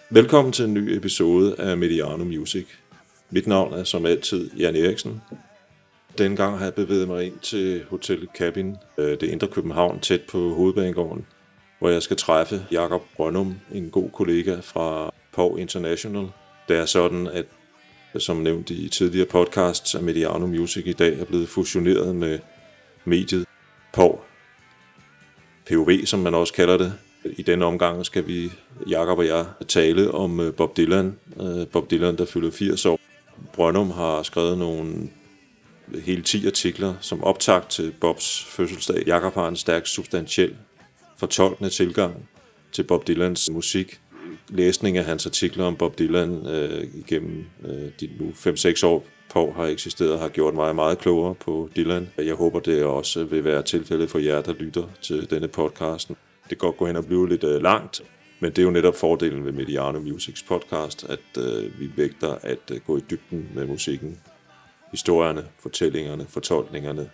Velkommen til en ny episode af Mediano Music. Mit navn er som altid Jan Eriksen. Denne gang har jeg bevæget mig ind til Hotel Cabin, det indre København, tæt på Hovedbanegården, hvor jeg skal træffe Jakob Brønnum, en god kollega fra POW International. Det er sådan, at som nævnt i tidligere podcasts, at Mediano Music i dag er blevet fusioneret med mediet POW. POV, som man også kalder det. I denne omgang skal vi, Jakob og jeg, tale om Bob Dylan. Bob Dylan, der fylder 80 år. Brønnum har skrevet nogle hele 10 artikler som optakt til Bobs fødselsdag. Jakob har en stærk, substantiel, fortolkende tilgang til Bob Dylans musik. Læsning af hans artikler om Bob Dylan igennem de nu 5-6 år POW har eksisteret, har gjort mig meget klogere på Dylan. Jeg håber, det også vil være tilfældet for jer, der lytter til denne podcast. Det kan godt gå hen og blive lidt langt, men det er jo netop fordelen ved Mediano Musics podcast, at vi vægter at gå i dybden med musikken, historierne, fortællingerne, fortolkningerne.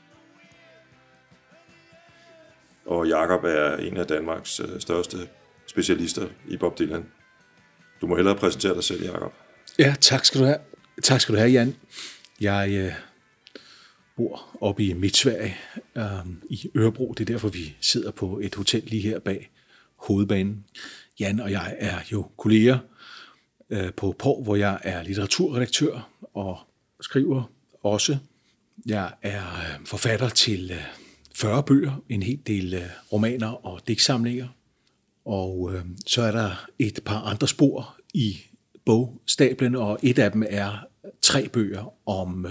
Og Jakob er en af Danmarks største specialister i Bob Dylan. Du må hellere præsentere dig selv, Jakob. Ja, tak skal du have. Tak skal du have, Jan. Jeg bor oppe i Midtsverige, i Ørebro. Det er derfor, vi sidder på et hotel lige her bag Hovedbanen. Jan og jeg er jo kolleger på POW, hvor jeg er litteraturredaktør og skriver også. Jeg er forfatter til 40 bøger, en hel del romaner og digtsamlinger. Og så er der et par andre spor i bogstablen, og et af dem er 3 bøger om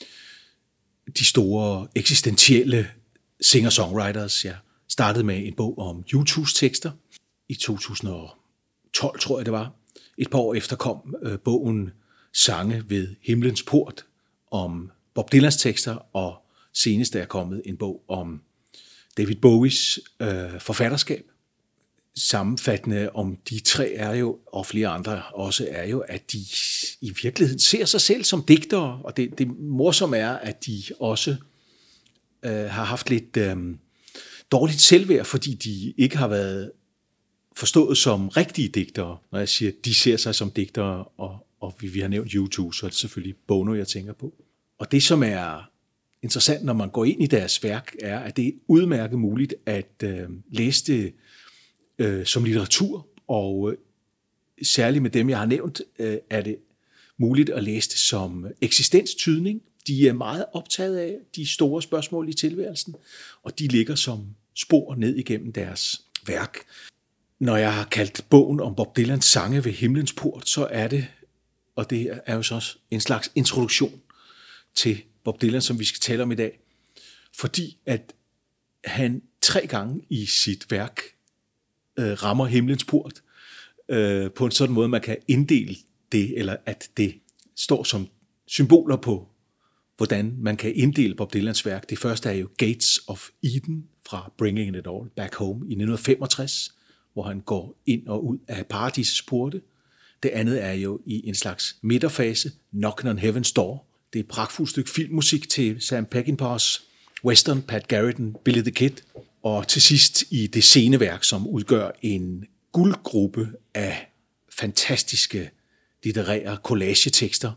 de store eksistentielle singer-songwriters. Jeg startede med en bog om U2's tekster i 2012, tror jeg det var. Et par år efter kom bogen Sange ved himlens port om Bob Dylans tekster, og senest er kommet en bog om David Bowies forfatterskab. Sammenfattende om de 3 er jo, og flere andre også, er jo, at de i virkeligheden ser sig selv som digtere, og det morsomme er, at de også har haft lidt dårligt selvværd, fordi de ikke har været forstået som rigtige digtere. Når jeg siger, at de ser sig som digtere, og vi har nævnt U2, så er det selvfølgelig Bono, jeg tænker på. Og det, som er interessant, når man går ind i deres værk, er, at det er udmærket muligt at læse det som litteratur, og særligt med dem, jeg har nævnt, er det muligt at læse det som eksistenstydning. De er meget optaget af de store spørgsmål i tilværelsen, og de ligger som spor ned igennem deres værk. Når jeg har kaldt bogen om Bob Dylans sange ved himlens port, så er det, og det er jo så også en slags introduktion til Bob Dylan, som vi skal tale om i dag, fordi at han 3 gange i sit værk rammer himlens port på en sådan måde, man kan inddele det, eller at det står som symboler på, hvordan man kan inddele Bob Dylans værk. Det første er jo Gates of Eden fra Bringing It All Back Home i 1965, hvor han går ind og ud af paradisets porte. Det andet er jo i en slags midterfase, Knockin' on Heaven's Door. Det er et pragtfuldt stykke filmmusik til Sam Peckinpahs western, Pat Garrett and Billy the Kid. Og til sidst i det sceneværk, som udgør en guldgruppe af fantastiske litterære collagetekster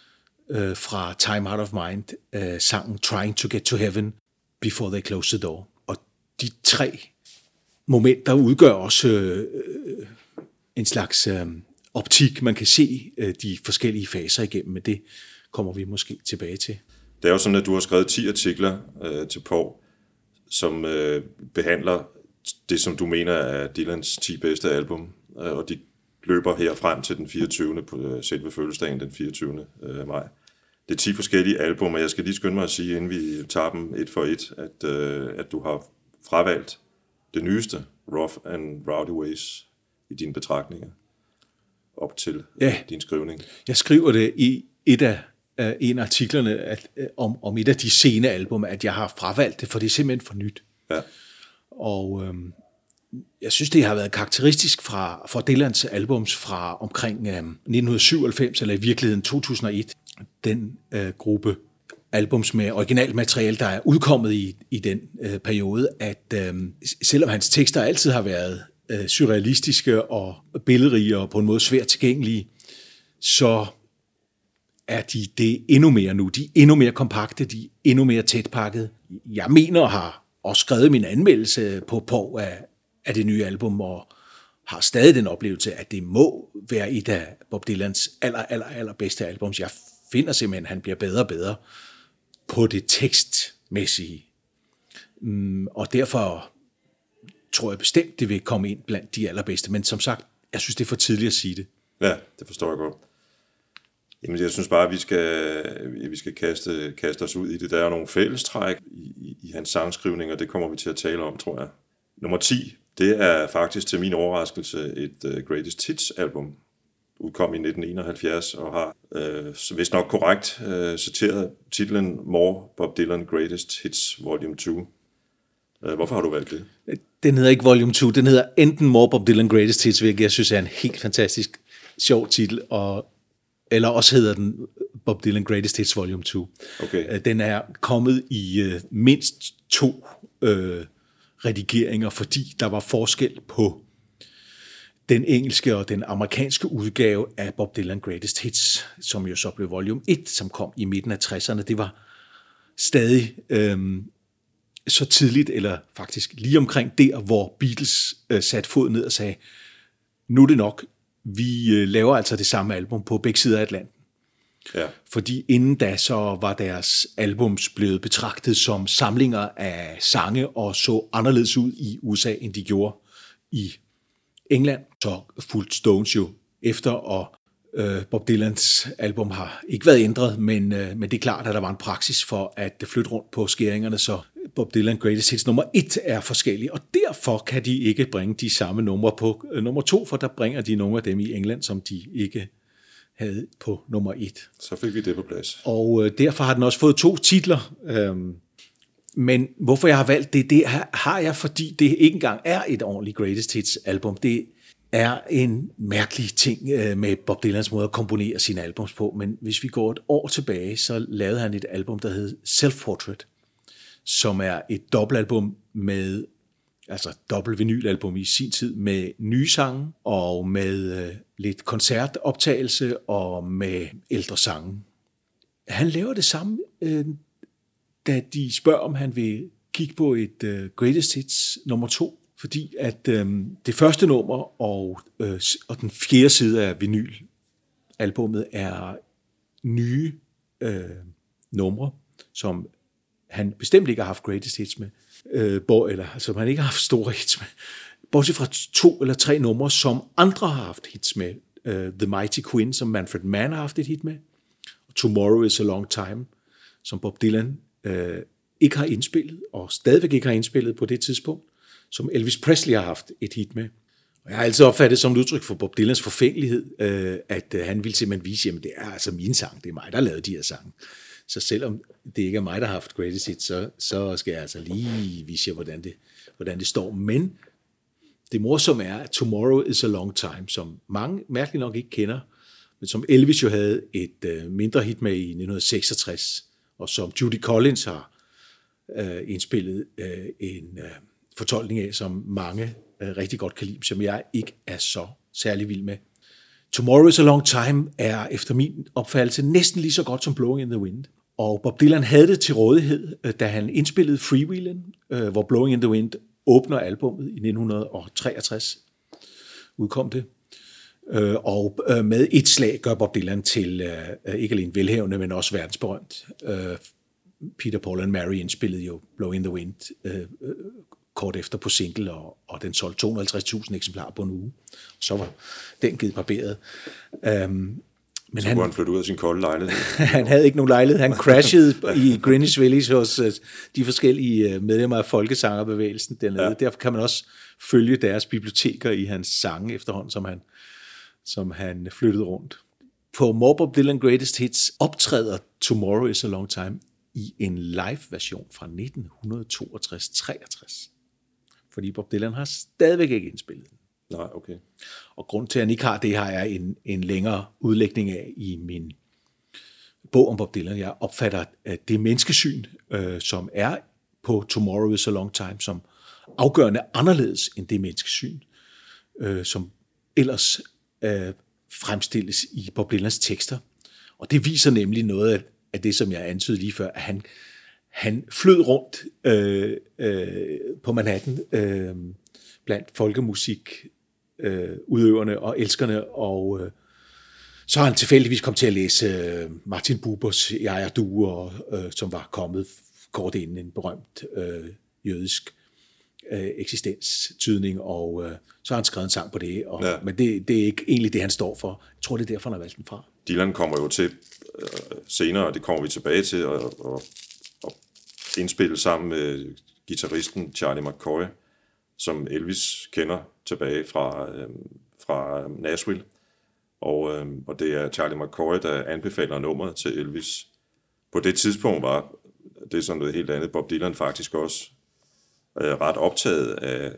fra Time Out of Mind, sangen Trying to Get to Heaven Before They Close the Door. Og de 3 momenter udgør også en slags optik, man kan se de forskellige faser igennem, men det kommer vi måske tilbage til. Det er jo sådan, at du har skrevet 10 artikler til POW, som behandler det, som du mener er Dylans 10 bedste album, og de løber her frem til den 24. på selve fødselsdagen den 24. maj. Det er 10 forskellige album, og jeg skal lige skynde mig at sige, inden vi tager dem et for et, at du har fravalgt det nyeste, Rough and Rowdy Ways, i dine betragtninger op til din skrivning. Jeg skriver det i en af artiklerne om et af de sene album, at jeg har fravalgt det, for det er simpelthen for nyt. Ja. Og jeg synes, det har været karakteristisk for Dylans albums fra omkring 1997, eller i virkeligheden 2001. Den gruppe albums med originalt materiale, der er udkommet i den periode, at selvom hans tekster altid har været surrealistiske og billedrige og på en måde svært tilgængelige, så er de det endnu mere nu. De er endnu mere kompakte, de er endnu mere tætpakket. Jeg mener og har også skrevet min anmeldelse på af det nye album, og har stadig den oplevelse, at det må være et af Bob Dylans aller bedste albums. Jeg finder simpelthen, at han bliver bedre og bedre på det tekstmæssige. Og derfor tror jeg bestemt, det vil komme ind blandt de allerbedste. Men som sagt, jeg synes, det er for tidligt at sige det. Ja, det forstår jeg godt. Jamen, jeg synes bare, at vi skal kaste os ud i det. Der er nogle fællestræk i hans sangskrivning, og det kommer vi til at tale om, tror jeg. Nummer 10, det er faktisk til min overraskelse et Greatest Hits album. Udkom i 1971 og har, vist nok korrekt, citeret titlen More Bob Dylan Greatest Hits Volume 2. Hvorfor har du valgt det? Den hedder ikke Volume 2, den hedder enten More Bob Dylan Greatest Hits, hvilket jeg synes er en helt fantastisk sjov titel, eller også hedder den Bob Dylan Greatest Hits Volume 2. Okay. Den er kommet i mindst 2 redigeringer, fordi der var forskel på den engelske og den amerikanske udgave af Bob Dylan Greatest Hits, som jo så blev Volume 1, som kom i midten af 60'erne. Det var stadig så tidligt, eller faktisk lige omkring der, hvor Beatles satte fod ned og sagde, nu er det nok, vi laver altså det samme album på begge sider af Atlanten. Ja. Fordi inden da så var deres albums blevet betragtet som samlinger af sange og så anderledes ud i USA, end de gjorde i England. Så fulgte Stones jo efter, og Bob Dylans album har ikke været ændret, men det er klart, at der var en praksis for at flytte rundt på skæringerne, så Bob Dylan Greatest Hits nummer 1 er forskellige, og derfor kan de ikke bringe de samme numre på nummer 2, for der bringer de nogle af dem i England, som de ikke havde på nummer 1. Så fik vi det på plads. Og derfor har den også fået 2 titler. Men hvorfor jeg har valgt det har jeg, fordi det ikke engang er et ordentligt Greatest Hits album. Det er en mærkelig ting med Bob Dylans måde at komponere sine albums på. Men hvis vi går et år tilbage, så lavede han et album, der hed Self-Portrait, som er et dobbeltalbum med, altså dobbelt vinylalbum i sin tid, med nye sange og med lidt koncertoptagelse og med ældre sange. Han laver det samme, da de spørger, om han vil kigge på et Greatest Hits nummer 2, fordi at det første nummer og den fjerde side af vinylalbummet er nye numre, som han bestemt ikke har haft Greatest Hits med, eller som han ikke har haft store hits med, bortset fra 2 eller 3 numre, som andre har haft hits med. The Mighty Quinn, som Manfred Mann har haft et hit med, og Tomorrow is a Long Time, som Bob Dylan ikke har indspillet, og stadigvæk ikke har indspillet på det tidspunkt, som Elvis Presley har haft et hit med. Og jeg har altid opfattet som et udtryk for Bob Dylans forfængelighed, at han ville simpelthen vise, at det er altså min sang, det er mig, der lavede de her sange. Så selvom det ikke er mig, der har haft Greatest Hits, så skal jeg altså lige vise jer, hvordan det står. Men det morsomme er, at Tomorrow is a Long Time, som mange mærkeligt nok ikke kender, men som Elvis jo havde et mindre hit med i 1966, og som Judy Collins har indspillet en fortolkning af, som mange rigtig godt kan lide, som jeg ikke er så særlig vild med. Tomorrow is a Long Time er efter min opfattelse næsten lige så godt som Blowing in the Wind. Og Bob Dylan havde det til rådighed, da han indspillede Freewheelin', hvor Blowing in the Wind åbner albummet i 1963. Udkom det. Og med et slag gør Bob Dylan til ikke alene velhavende, men også verdensberømt. Peter, Paul and Mary indspillede jo Blowing in the Wind kort efter på single, og den solgte 250.000 eksemplarer på en uge. Så var den givet barberet. Men så han flytte ud af sin kolde lejlighed. Han havde ikke nogen lejlighed. Han crashede i Greenwich Village hos de forskellige medlemmer af folkesangerbevægelsen dernede. Ja. Derfor kan man også følge deres biblioteker i hans sange efterhånden, som han flyttede rundt. På More Bob Dylan Greatest Hits optræder Tomorrow is a Long Time i en live-version fra 1962-63. Fordi Bob Dylan har stadigvæk ikke indspillet den. Nej, okay. Og grund til, at han ikke har det, har jeg en længere udlægning af i min bog om Bob Dylan. Jeg opfatter at det menneskesyn, som er på Tomorrow is a Long Time, som afgørende anderledes end det menneskesyn, som ellers fremstilles i Bob Dylans tekster. Og det viser nemlig noget af det, som jeg antydede lige før, at han flød rundt på Manhattan blandt folkemusikudøverne og elskerne, og så har han tilfældigvis kommet til at læse Martin Bubers Jeg er du, som var kommet kort inden en berømt jødisk eksistenstydning, og så har han skrevet en sang på det, men det er ikke egentlig det, han står for. Jeg tror, det er derfor, han har valgt den fra. Dylan kommer jo til senere, og det kommer vi tilbage til, at indspille sammen med guitaristen Charlie McCoy, som Elvis kender tilbage fra Nashville. Og det er Charlie McCoy, der anbefaler nummeret til Elvis. På det tidspunkt var det sådan noget helt andet. Bob Dylan faktisk også ret optaget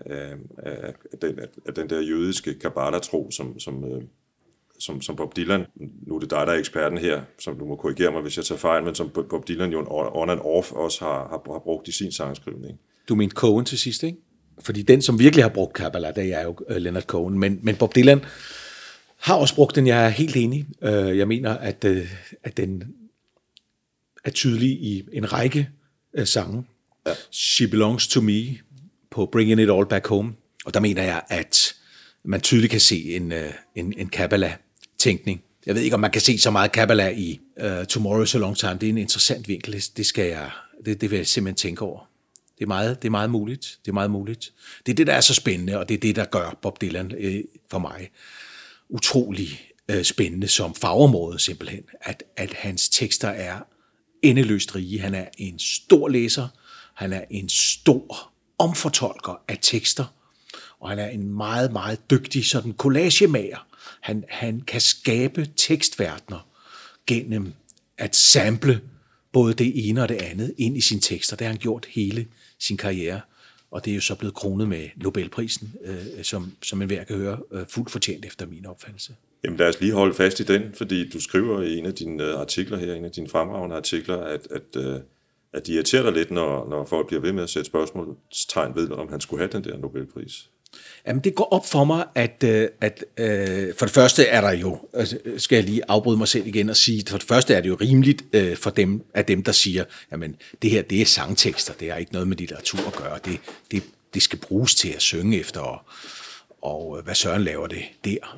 af den der jødiske Kabbalah-tro, som Bob Dylan, nu er det dig, der er eksperten her, som du må korrigere mig, hvis jeg tager fejl, men som Bob Dylan jo on and off også har brugt i sin sangskrivning. Du mente Cohen til sidst, ikke? Fordi den, som virkelig har brugt Kabbalah, det er jo Leonard Cohen, men Bob Dylan har også brugt den. Jeg er helt enig. Jeg mener, at den er tydelig i en række sange. Ja. She Belongs to Me på Bringing It All Back Home. Og der mener jeg, at man tydeligt kan se en Kabbalah-tænkning. Jeg ved ikke, om man kan se så meget Kabbalah i Tomorrow's a Long Time. Det er en interessant vinkel. Det vil jeg simpelthen tænke over. Det er meget muligt. Det er meget muligt. Det er det, der er så spændende, og det er det, der gør Bob Dylan for mig utrolig spændende som fagområde simpelthen. At hans tekster er endeløst rige. Han er en stor læser. Han er en stor omfortolker af tekster. Og han er en meget, meget dygtig sådan collagemager. Han kan skabe tekstverdener gennem at sample både det ene og det andet ind i sine tekster. Det har han gjort hele sin karriere. Og det er jo så blevet kronet med Nobelprisen, som enhver kan høre, fuldt fortjent efter min opfattelse. Jamen lad os lige holde fast i den, fordi du skriver i en af dine artikler her, en af dine fremragende artikler, at de irriterer dig lidt, når folk bliver ved med at sætte spørgsmålstegn ved, om han skulle have den der Nobelpris. Jamen det går op for mig, at for det første er der jo, skal jeg lige afbryde mig selv igen og sige, for det første er det jo rimeligt for dem, der siger, jamen det her, det er sangtekster, det har ikke noget med litteratur at gøre, det skal bruges til at synge efter, og hvad Søren laver det der.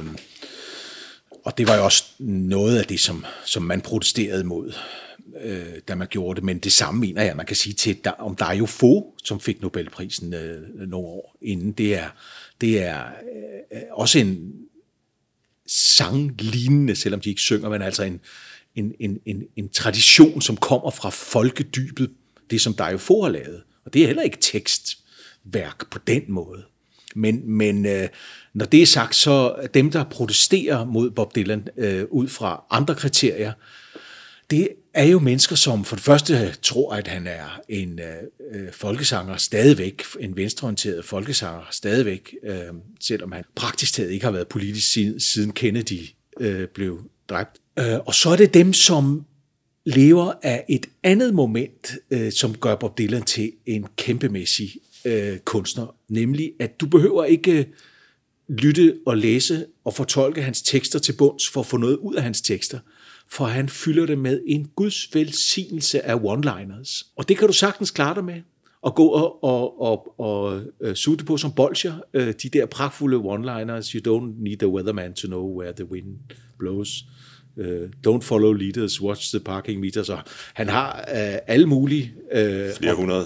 Og det var jo også noget af det, som man protesterede mod, da man gjorde det, men det samme mener jeg, man kan sige til om Dario Fo, som fik Nobelprisen nogle år inden. Det er også en sanglignende, selvom de ikke synger, men altså en tradition, som kommer fra folkedybet, det som Dario Fo har lavet. Og det er heller ikke tekstværk på den måde. Men når det er sagt, så dem, der protesterer mod Bob Dylan ud fra andre kriterier, det er jo mennesker, som for det første tror, at han er en folkesanger stadigvæk, en venstreorienteret folkesanger stadigvæk, selvom han praktisk taget ikke har været politisk siden Kennedy blev dræbt. Og så er det dem, som lever af et andet moment, som gør Bob Dylan til en kæmpemæssig kunstner, nemlig at du behøver ikke lytte og læse og fortolke hans tekster til bunds for at få noget ud af hans tekster, for han fylder det med en Guds velsignelse af one-liners. Og det kan du sagtens klare dig med, og gå og suge det på som bolsjer, de der pragtfulde one-liners. You don't need the weatherman to know where the wind blows. Don't follow leaders, watch the parking meters. Og han har alle mulige... Flere hundrede.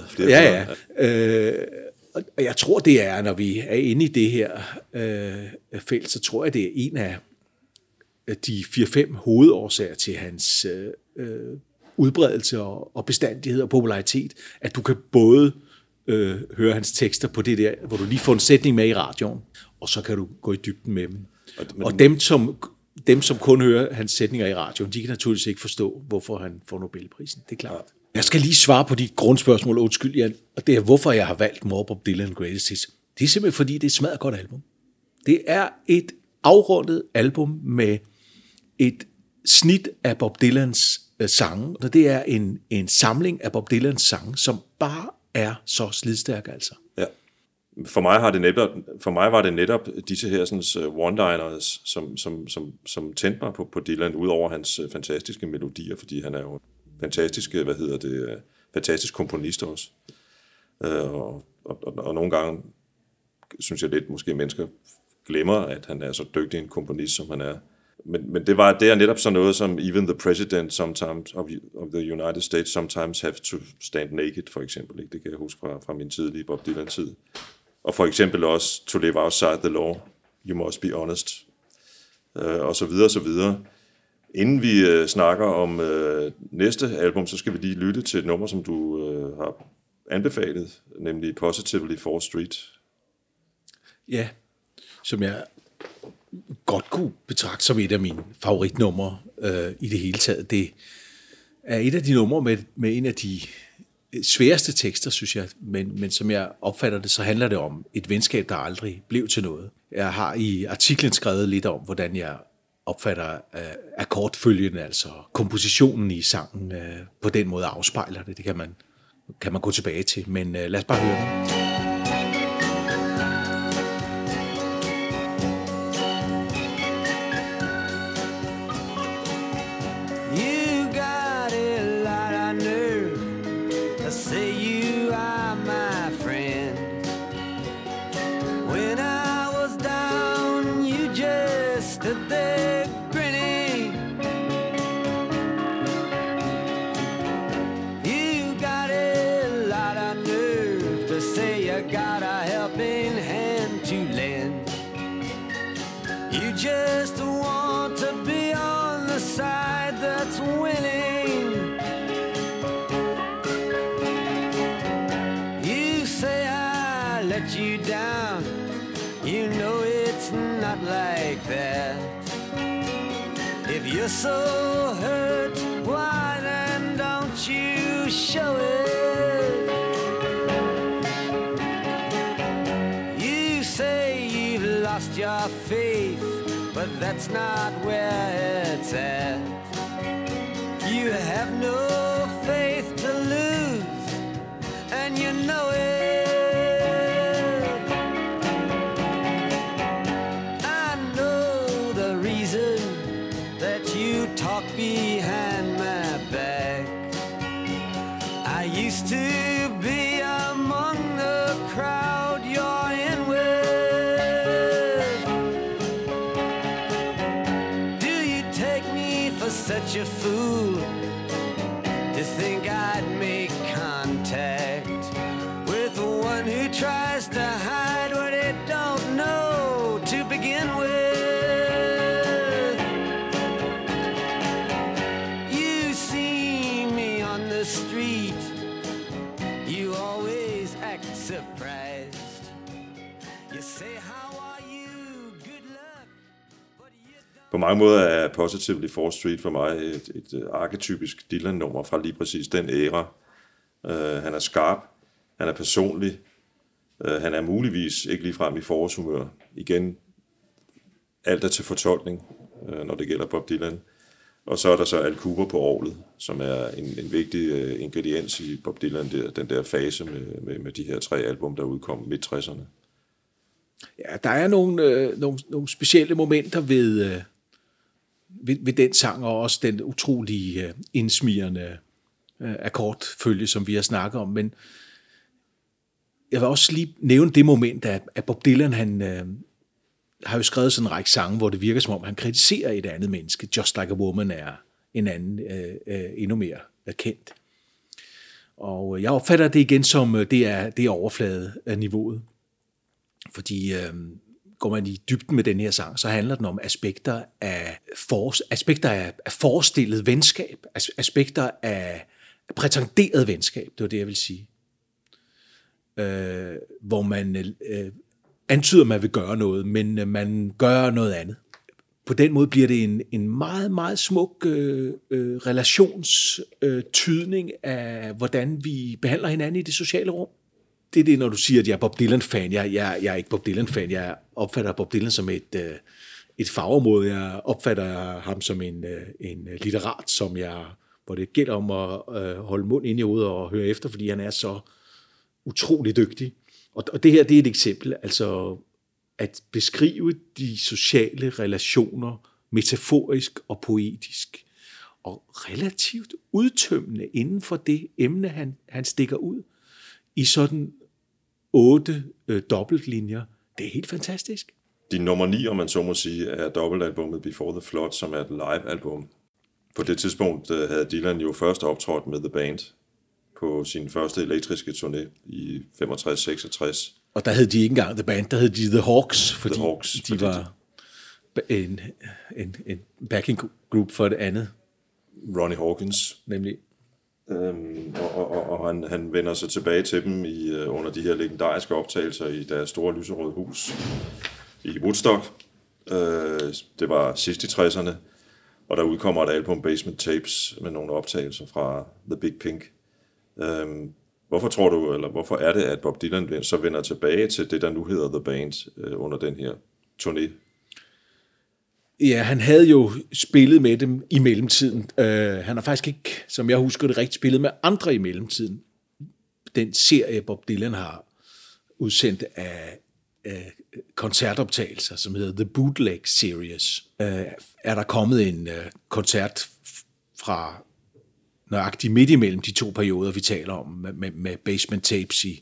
Og jeg tror, det er, når vi er inde i det her felt, så tror jeg, det er en af de 4-5 hovedårsager til hans udbredelse og bestandighed og popularitet, at du kan både høre hans tekster på det der, hvor du lige får en sætning med i radioen, og så kan du gå i dybden med dem. Og dem, som kun hører hans sætninger i radioen, de kan naturligvis ikke forstå, hvorfor han får Nobelprisen. Det er klart. Jeg skal lige svare på dit grundspørgsmål, undskyld, Jan, og det er, hvorfor jeg har valgt More Bob Dylan Greatest Hits. Det er simpelthen, fordi det er et smadret godt album. Det er et afrundet album med et snit af Bob Dylans sange, og det er en samling af Bob Dylans sange, som bare er så slidstærk altså. Ja. For mig var det netop disse her sådan, one-liners, som tændte mig på Dylan, ud over hans fantastiske melodier, fordi han er jo fantastisk komponist også. Og nogle gange synes jeg lidt, måske mennesker glemmer, at han er så dygtig en komponist, som han er. Men det er netop sådan noget som Even the President sometimes of the United States sometimes have to stand naked, for eksempel. Ikke? Det kan jeg huske fra min tidlige Bob Dylan-tid. Og for eksempel også To Live Outside the Law, You Must Be Honest, og så videre, så videre. Inden vi snakker om næste album, så skal vi lige lytte til et nummer, som du har anbefalet, nemlig Positively 4th Street. Ja, som jeg godt kunne betragte som et af mine favoritnumre i det hele taget. Det er et af de numre med en af de sværeste tekster, synes jeg, men som jeg opfatter det, så handler det om et venskab, der aldrig blev til noget. Jeg har i artiklen skrevet lidt om, hvordan jeg opfatter akkordfølgen, altså kompositionen i sangen, på den måde afspejler det. Det kan man gå tilbage til, men lad os bare høre det. You're so hurt, why then don't you show it? You say you've lost your faith, but that's not where it's at. You have no faith to lose, and you know it. Talk behind my back. I used to be among the crowd you're in with. Do you take me for such a fool to think I'd make contact with one who tries to hide what it don't know to begin with? På mange måder er Positively 4th Street for mig et arketypisk Dylan-nummer fra lige præcis den æra. Han er skarp, han er personlig, han er muligvis ikke ligefrem i forårshumør. Igen, alt er til fortolkning, når det gælder Bob Dylan. Og så er der så Al Kooper på orglet, som er en vigtig ingrediens i Bob Dylan, den der fase med de her 3 album, der udkom midt-60'erne. Ja, der er nogle specielle momenter ved den sang, og også den utrolige indsmirrende akkordfølge, som vi har snakket om. Men jeg vil også lige nævne det moment, at Bob Dylan, han har jo skrevet sådan en række sange, hvor det virker som om, han kritiserer et andet menneske. Just Like a Woman er en anden, endnu mere kendt. Og jeg opfatter det igen som, det er overflade af niveauet. Fordi går man i dybden med den her sang, så handler den om aspekter af forestillet venskab, aspekter af prætenderet venskab, det var det, jeg vil sige. Hvor man antyder, at man vil gøre noget, men man gør noget andet. På den måde bliver det en meget, meget smuk relationstydning af, hvordan vi behandler hinanden i det sociale rum. Det er det, når du siger, at jeg er Bob Dylan-fan. Jeg er ikke Bob Dylan-fan. Jeg opfatter Bob Dylan som et fagområde. Jeg opfatter ham som en litterat, hvor det gælder om at holde mund inde i hovedet og høre efter, fordi han er så utrolig dygtig. Og det her, det er et eksempel, altså at beskrive de sociale relationer metaforisk og poetisk, og relativt udtømmende inden for det emne, han stikker ud, i sådan 8 dobbeltlinjer. Det er helt fantastisk. Din nummer 9, om man så må sige, er dobbeltalbummet Before the Flood, som er et live-album. På det tidspunkt havde Dylan jo først optrådt med The Band på sin første elektriske turné i 65-66. Og der hed de ikke engang The Band, der hed de The Hawks, fordi The Hawks, de var en backing group for det andet. Ronnie Hawkins. Nemlig. Og han vender sig tilbage til dem under de her legendariske optagelser i deres store lyserøde hus i Woodstock. Det var sidst i 60'erne, og der udkommer et album, Basement Tapes, med nogle optagelser fra The Big Pink. Hvorfor tror du, eller hvorfor er det, at Bob Dylan så vender tilbage til det, der nu hedder The Band under den her turné? Ja, han havde jo spillet med dem i mellemtiden. Han har faktisk ikke, som jeg husker det, rigtig spillet med andre i mellemtiden. Den serie, Bob Dylan har udsendt af koncertoptagelser, som hedder The Bootleg Series, er der kommet en koncert fra nøjagtigt midt imellem de 2 perioder, vi taler om, med Basement Tapes i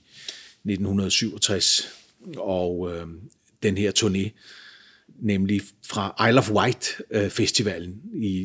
1967 og den her turné, nemlig fra Isle of Wight festivalen i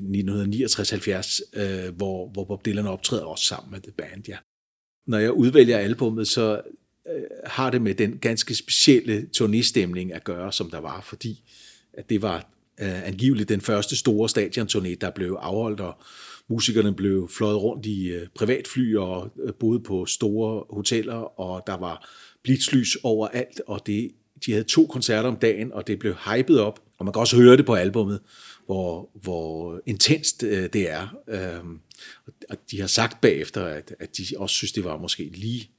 1969-70, hvor Bob Dylan optræder også sammen med The Band. Ja. Når jeg udvælger albummet, så har det med den ganske specielle turnéstemning at gøre, som der var, fordi at det var angiveligt den første store stadionturné, der blev afholdt, og musikerne blev fløjet rundt i privatfly og boede på store hoteller, og der var blitzlys overalt, og de havde 2 koncerter om dagen, og det blev hypet op, og man kan også høre det på albummet, hvor intenst det er. Og de har sagt bagefter, at de også synes, det var måske lige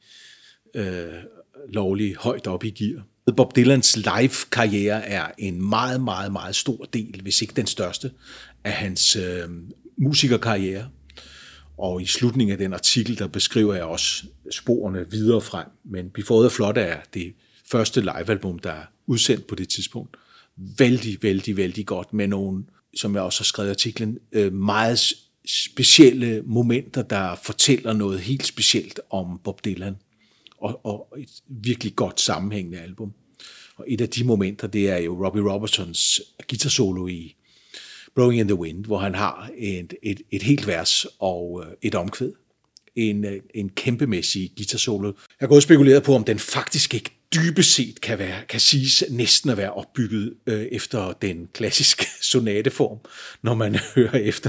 lovligt højt op i gear. Bob Dylans live-karriere er en meget, meget, meget stor del, hvis ikke den største, af hans musikerkarriere. Og i slutningen af den artikel, der beskriver jeg også sporene videre frem. Men Before the Flood er det første livealbum, der er udsendt på det tidspunkt. Vældig, vældig, vældig godt, med nogle, som jeg også har skrevet i artiklen, meget specielle momenter, der fortæller noget helt specielt om Bob Dylan. Og et virkelig godt sammenhængende album. Og et af de momenter, det er jo Robbie Robertsons guitarsolo i Blowing in the Wind, hvor han har et helt vers og et omkvæd. En kæmpemæssig guitarsolo. Jeg har gået og spekuleret på, om den faktisk ikke dybest set kan siges næsten at være opbygget efter den klassiske sonateform, når man hører efter.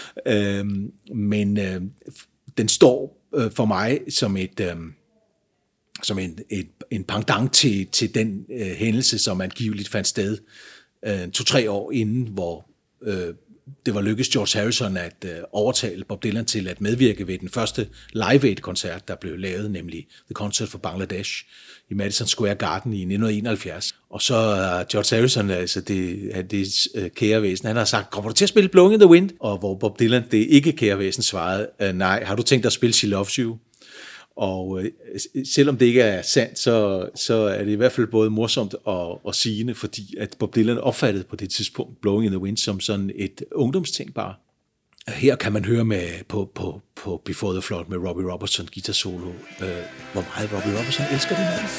Men den står for mig som en pendant til den hændelse, som angiveligt fandt sted 2-3 år inden, hvor det var lykkedes George Harrison at overtale Bob Dylan til at medvirke ved den første Live Aid-koncert, der blev lavet, nemlig The Concert for Bangladesh i Madison Square Garden i 1971. Og så George Harrison, altså det kære væsen, han har sagt, kommer du til at spille Blowing in the Wind? Og hvor Bob Dylan, det ikke kære væsen, svarede, nej, har du tænkt dig at spille She Loves You? Og selvom det ikke er sandt, så er det i hvert fald både morsomt og sigende, fordi at Bob Dylan opfattede på det tidspunkt Blowing in the Wind som sådan et ungdomsting bare. Her kan man høre med på Before the Flood med Robbie Robertson guitar solo, hvor meget Robbie Robertson elsker det mand.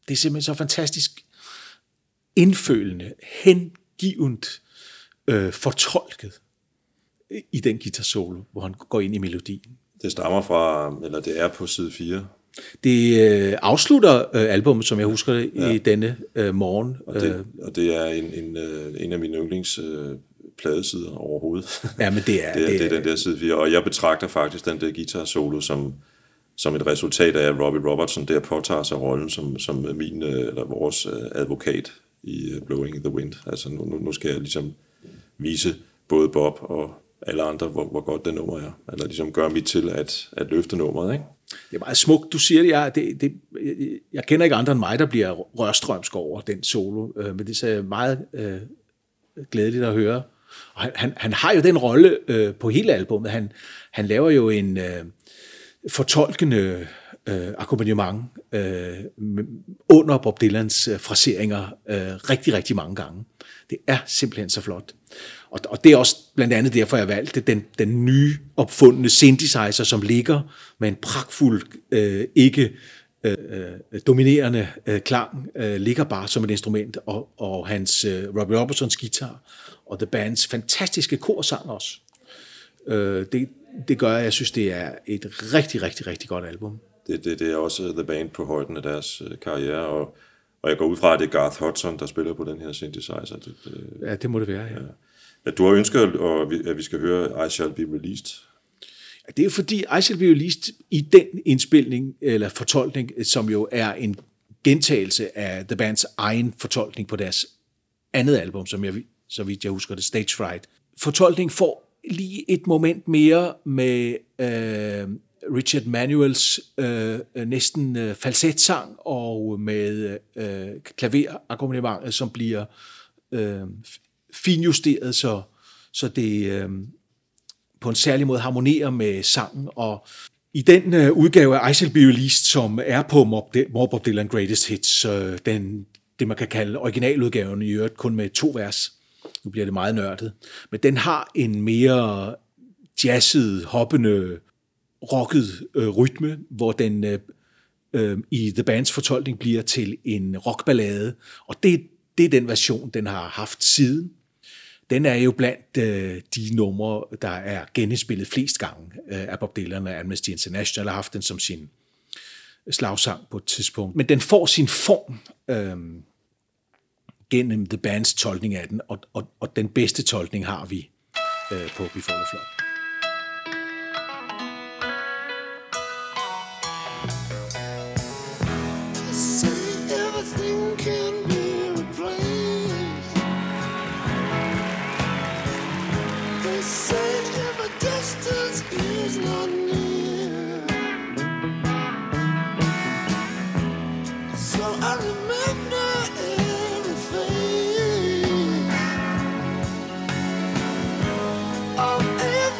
Det er simpelthen så fantastisk indfølende, hengivent fortolket i den guitar-solo, hvor han går ind i melodien. Det stammer fra, eller det er på side 4. Det afslutter albummet, som jeg husker det, i denne morgen. Og det er en af mine yndlings pladesider overhovedet. Ja, men det er den der side 4, og jeg betragter faktisk den der guitar-solo som et resultat af, at Robbie Robertson der påtager sig rollen som min eller vores advokat i Blowing in the Wind. Altså nu skal jeg ligesom vise både Bob og alle andre, hvor godt det nummer er. Eller ligesom gøre mit til at løfte nummeret, ikke? Det er meget smukt. Du siger det, jeg kender ikke andre end mig, der bliver rørstrømsk over den solo, men det er meget glædeligt at høre. Og han har jo den rolle på hele albummet. Han laver jo en fortolkende akkompagnement under Bob Dylans fraseringer rigtig, rigtig mange gange. Det er simpelthen så flot. Og det er også blandt andet derfor, jeg valgte den nye opfundne synthesizer, som ligger med en pragtfuld, ikke dominerende klang, ligger bare som et instrument, og hans Robbie Robertsons guitar, og The Bands fantastiske korsang også. Det gør, at jeg synes, det er et rigtig, rigtig, rigtig godt album. Det er også The Band på højden af deres karriere, og jeg går ud fra, at det er Garth Hudson, der spiller på den her synthesizer. Ja, det må det være, ja. Du har ønsket, at vi skal høre I Shall Be Released. Ja, det er jo fordi I Shall Be Released i den indspilning, eller fortolkning, som jo er en gentagelse af The Bands egen fortolkning på deres andet album, som så vidt jeg husker det, Stage Fright. Fortolkningen får lige et moment mere med Richard Manuels næsten falsetsang og med klaverakkompagnementet, som bliver finjusteret, så det på en særlig måde harmonerer med sangen. Og i den udgave af I Shall Be Released, som er på More Bob Dylan Greatest Hits, det man kan kalde originaludgaven i øvrigt, kun med 2 vers. Nu bliver det meget nørdet. Men den har en mere jazzet, hoppende, rocket rytme, hvor den i The Bands fortolkning bliver til en rockballade. Og det er den version, den har haft siden. Den er jo blandt de numre, der er genindspillet flest gange af Bob Dylan, og Amnesty International har haft den som sin slagsang på et tidspunkt. Men den får sin form gennem The Bands tolkning af den, og den bedste tolkning har vi på Before the Flood. Of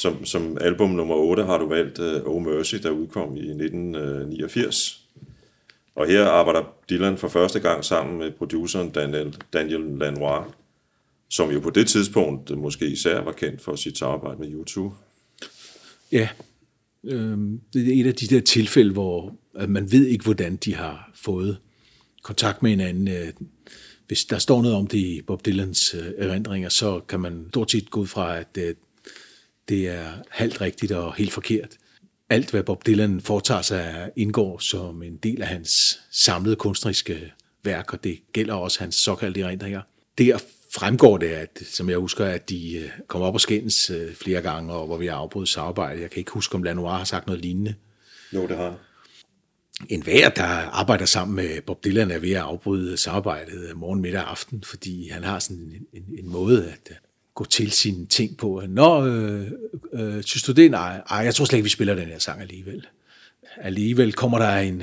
Som album nummer 8 har du valgt Oh Mercy, der udkom i 1989. Og her arbejder Dylan for første gang sammen med produceren Daniel Lanois, som jo på det tidspunkt måske især var kendt for sit samarbejde med U2. Ja, det er et af de der tilfælde, hvor man ved ikke, hvordan de har fået kontakt med hinanden. Hvis der står noget om det i Bob Dylans erindringer, så kan man stort set gå ud fra, at det er halvt rigtigt og helt forkert. Alt, hvad Bob Dylan foretager sig, indgår som en del af hans samlede kunstneriske værk, og det gælder også hans såkaldte erindringer. Der fremgår det, at, som jeg husker, at de kommer op og skændes flere gange, og hvor vi har afbrudt samarbejde. Jeg kan ikke huske, om Lanois har sagt noget lignende. Jo, det har. En hver, der arbejder sammen med Bob Dylan, er ved at afbryde samarbejdet morgen, middag og aften, fordi han har sådan en måde at gå til sine ting på. Synes du det? Nej, jeg tror slet ikke, vi spiller den her sang alligevel. Alligevel kommer der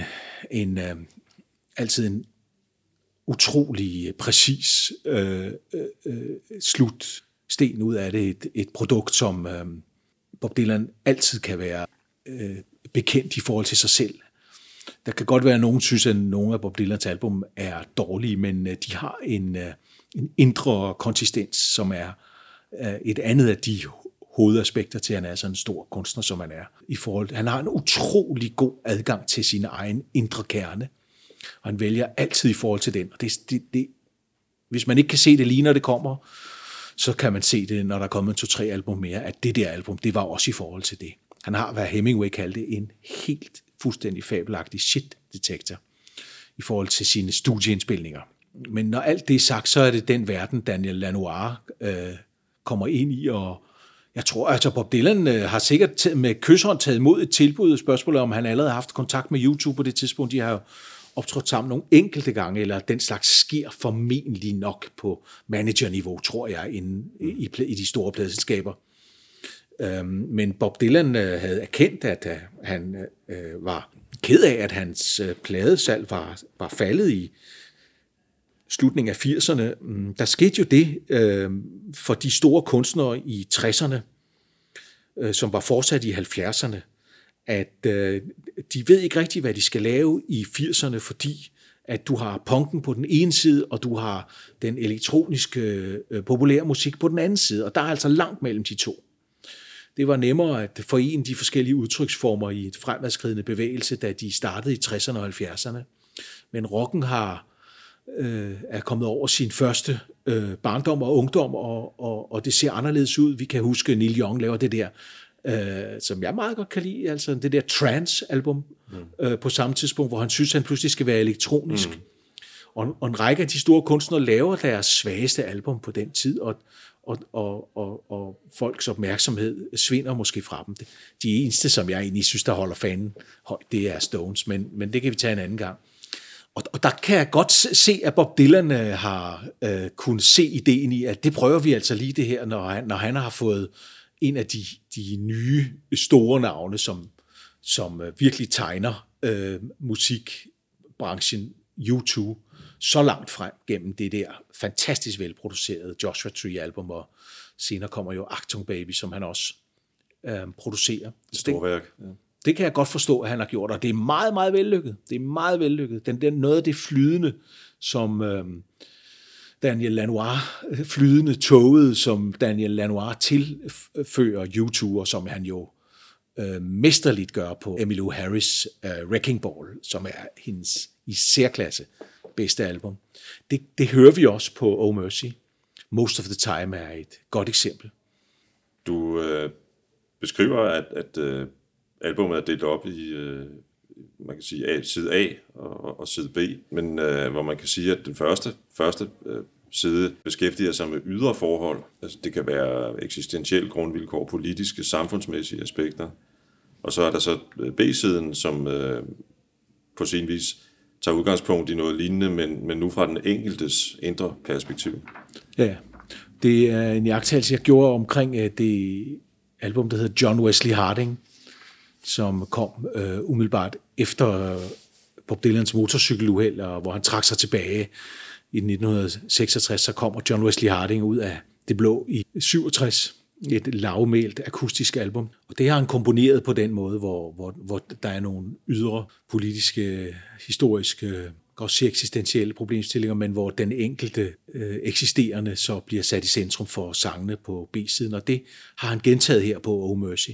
altid en utrolig præcis slutsten ud af det. Et produkt, som Bob Dylan altid kan være bekendt i forhold til sig selv. Der kan godt være, at nogen synes, at nogle af Bob Dylans album er dårlige, men de har en indre konsistens, som er et andet af de hovedaspekter til, at han er sådan en stor kunstner, som han er. Han har en utrolig god adgang til sin egen indre kerne, og han vælger altid i forhold til den. Og hvis man ikke kan se det lige, når det kommer, så kan man se det, når der er kommet 2-3 album mere, at det der album, det var også i forhold til det. Han har, hvad Hemingway kaldte, en helt fuldstændig fabelagtig shit-detektor i forhold til sine studieindspilninger. Men når alt det er sagt, så er det den verden, Daniel Lanois kommer ind i, og jeg tror, altså Bob Dylan har sikkert med kyshånd taget imod et tilbud. Spørgsmålet om han allerede har haft kontakt med YouTube på det tidspunkt. De har jo optrådt sammen nogle enkelte gange, eller den slags sker formentlig nok på managerniveau, tror jeg, i de store pladeselskaber. Men Bob Dylan havde erkendt, at han var ked af, at hans pladesalg var faldet i slutningen af 80'erne. Der skete jo det for de store kunstnere i 60'erne, som var fortsat i 70'erne, at de ved ikke rigtigt, hvad de skal lave i 80'erne, fordi at du har punken på den ene side, og du har den elektroniske populære musik på den anden side, og der er altså langt mellem de to. Det var nemmere at forene de forskellige udtryksformer i et fremadskridende bevægelse, da de startede i 60'erne og 70'erne. Men rocken er kommet over sin første barndom og ungdom, og det ser anderledes ud. Vi kan huske, Neil Young laver det der, som jeg meget godt kan lide, altså det der trance-album på samme tidspunkt, hvor han synes, han pludselig skal være elektronisk. Og en række af de store kunstnere laver deres svageste album på den tid, og folks opmærksomhed svinder måske fra dem. De eneste, som jeg egentlig synes, der holder fanen højt, det er Stones, men det kan vi tage en anden gang. Og der kan jeg godt se, at Bob Dylan har kunnet se ideen i, at det prøver vi altså lige det her, når han har fået en af de nye store navne, som virkelig tegner musikbranchen, U2, så langt frem gennem det der fantastisk velproducerede Joshua Tree-album, og senere kommer jo Achtung Baby, som han også producerer. Storværk. Ja. Det kan jeg godt forstå, at han har gjort, og det er meget, meget vellykket. Det er meget vellykket. Noget af det flydende, som Daniel Lanois, flydende toget, som Daniel Lanois tilfører U2, og som han jo mesterligt gør på Emmylou Harris' Wrecking Ball, som er hendes i særklasse bedste album. Det hører vi også på Oh Mercy. Most of the Time er et godt eksempel. Du beskriver, at albumet er delt op i, man kan sige, side A og side B, men hvor man kan sige, at den første side beskæftiger sig med ydre forhold. Altså, det kan være eksistentielle grundvilkår, politiske, samfundsmæssige aspekter. Og så er der så B-siden, som på sin vis tager udgangspunkt i noget lignende, men nu fra den enkeltes indre perspektiv. Ja, det er en iagttagelse, jeg gjorde omkring det album, der hedder John Wesley Harding, som kom umiddelbart efter Bob Dylans motorcykeluheld, og hvor han trak sig tilbage i 1966, så kommer John Wesley Harding ud af det blå i 67, et lavmælt akustisk album. Og det har han komponeret på den måde, hvor der er nogle ydre politiske, historiske, også eksistentielle problemstillinger, men hvor den enkelte eksisterende så bliver sat i centrum for sangene på B-siden, og det har han gentaget her på Oh Mercy.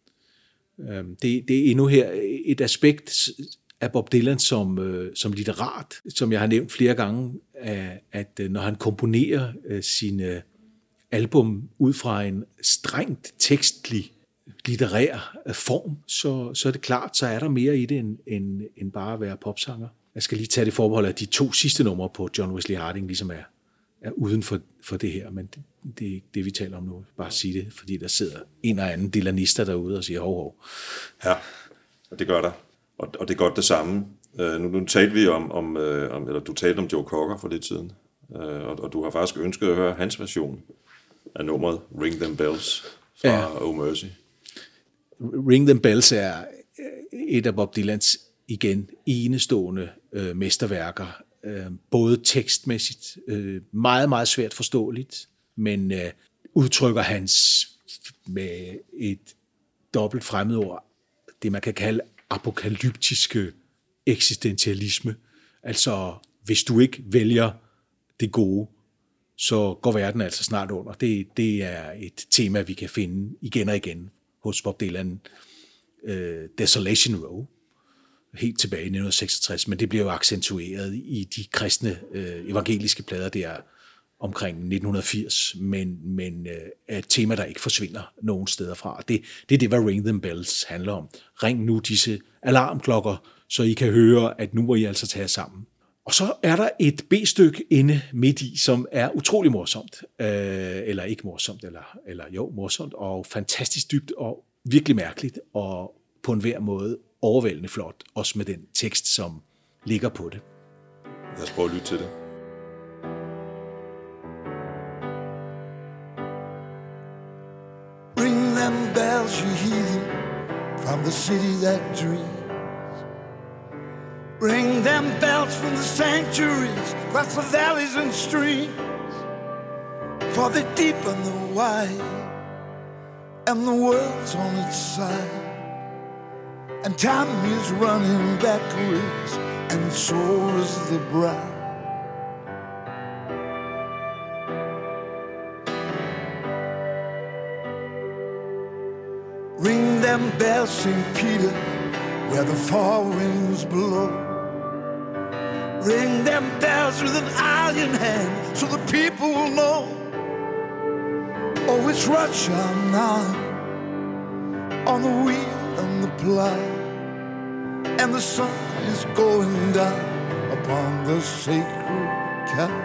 Det er endnu her et aspekt af Bob Dylan som litterat, som jeg har nævnt flere gange, at når han komponerer sine album ud fra en strengt tekstlig litterær form, så er det klart, så er der mere i det end bare at være popsanger. Jeg skal lige tage det forbehold, at de 2 sidste numre på John Wesley Harding ligesom er uden for det her, men det er ikke det, vi taler om nu. Bare sige det, fordi der sidder en eller anden Dylanister derude og siger hov. Ja, det gør der. Og det er godt det samme. Nu talte vi eller du talte om Joe Cocker for lidt siden, og du har faktisk ønsket at høre hans version af nummeret Ring Them Bells fra Oh Mercy. Ring Them Bells er et af Bob Dylans igen enestående mesterværker, både tekstmæssigt, meget, meget svært forståeligt, men udtrykker hans med et dobbelt fremmedord, det man kan kalde apokalyptiske eksistentialisme. Altså, hvis du ikke vælger det gode, så går verden altså snart under. Det er et tema, vi kan finde igen og igen hos Bob Dylan. Desolation Row, helt tilbage i 1966, men det bliver jo accentueret i de kristne evangeliske plader der omkring 1980, men er et tema, der ikke forsvinder nogen steder fra. Det er det, hvad Ring Them Bells handler om. Ring nu disse alarmklokker, så I kan høre, at nu må I altså tage sammen. Og så er der et B-stykke inde midt i, som er utrolig morsomt, eller ikke morsomt, eller jo, morsomt, og fantastisk dybt, og virkelig mærkeligt, og på enhver måde overvældende flot, også med den tekst, som ligger på det. Lad os prøve at lytte til det. Ring them bells, you heathen, from the city that dreams. Ring them bells from the sanctuaries, across the valleys and streams. For the deep and the wide, and the world's on its side. And time is running backwards, and so is the bride. Ring them bells, St. Peter, where the fall winds blow. Ring them bells with an iron hand, so the people will know. Oh, it's Russia now, on the wheel and the plow, and the sun is going down upon the sacred cow.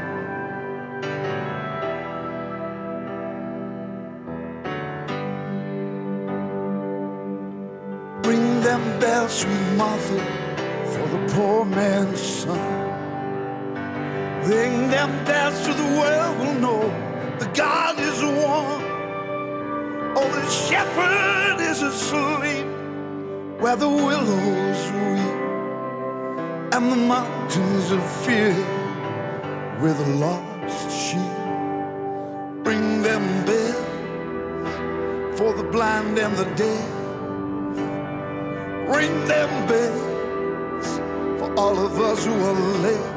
Ring them bells, sweet Martha, for the poor man's son. Ring them bells so the world will know that God is one. Oh, the shepherd is asleep where the willows weep, and the mountains are filled with the lost sheep. Ring them bells for the blind and the deaf. Ring them bells for all of us who are left.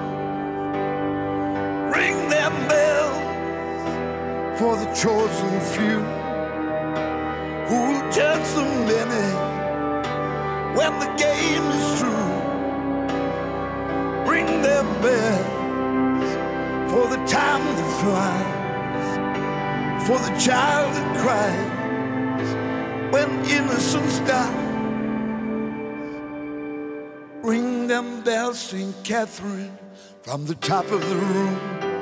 Ring them bells for the chosen few who will judge the many when the game is through. Ring them bells for the time that flies, for the child that cries when innocence dies. Ring them bells, St. Catherine, from the top of the room.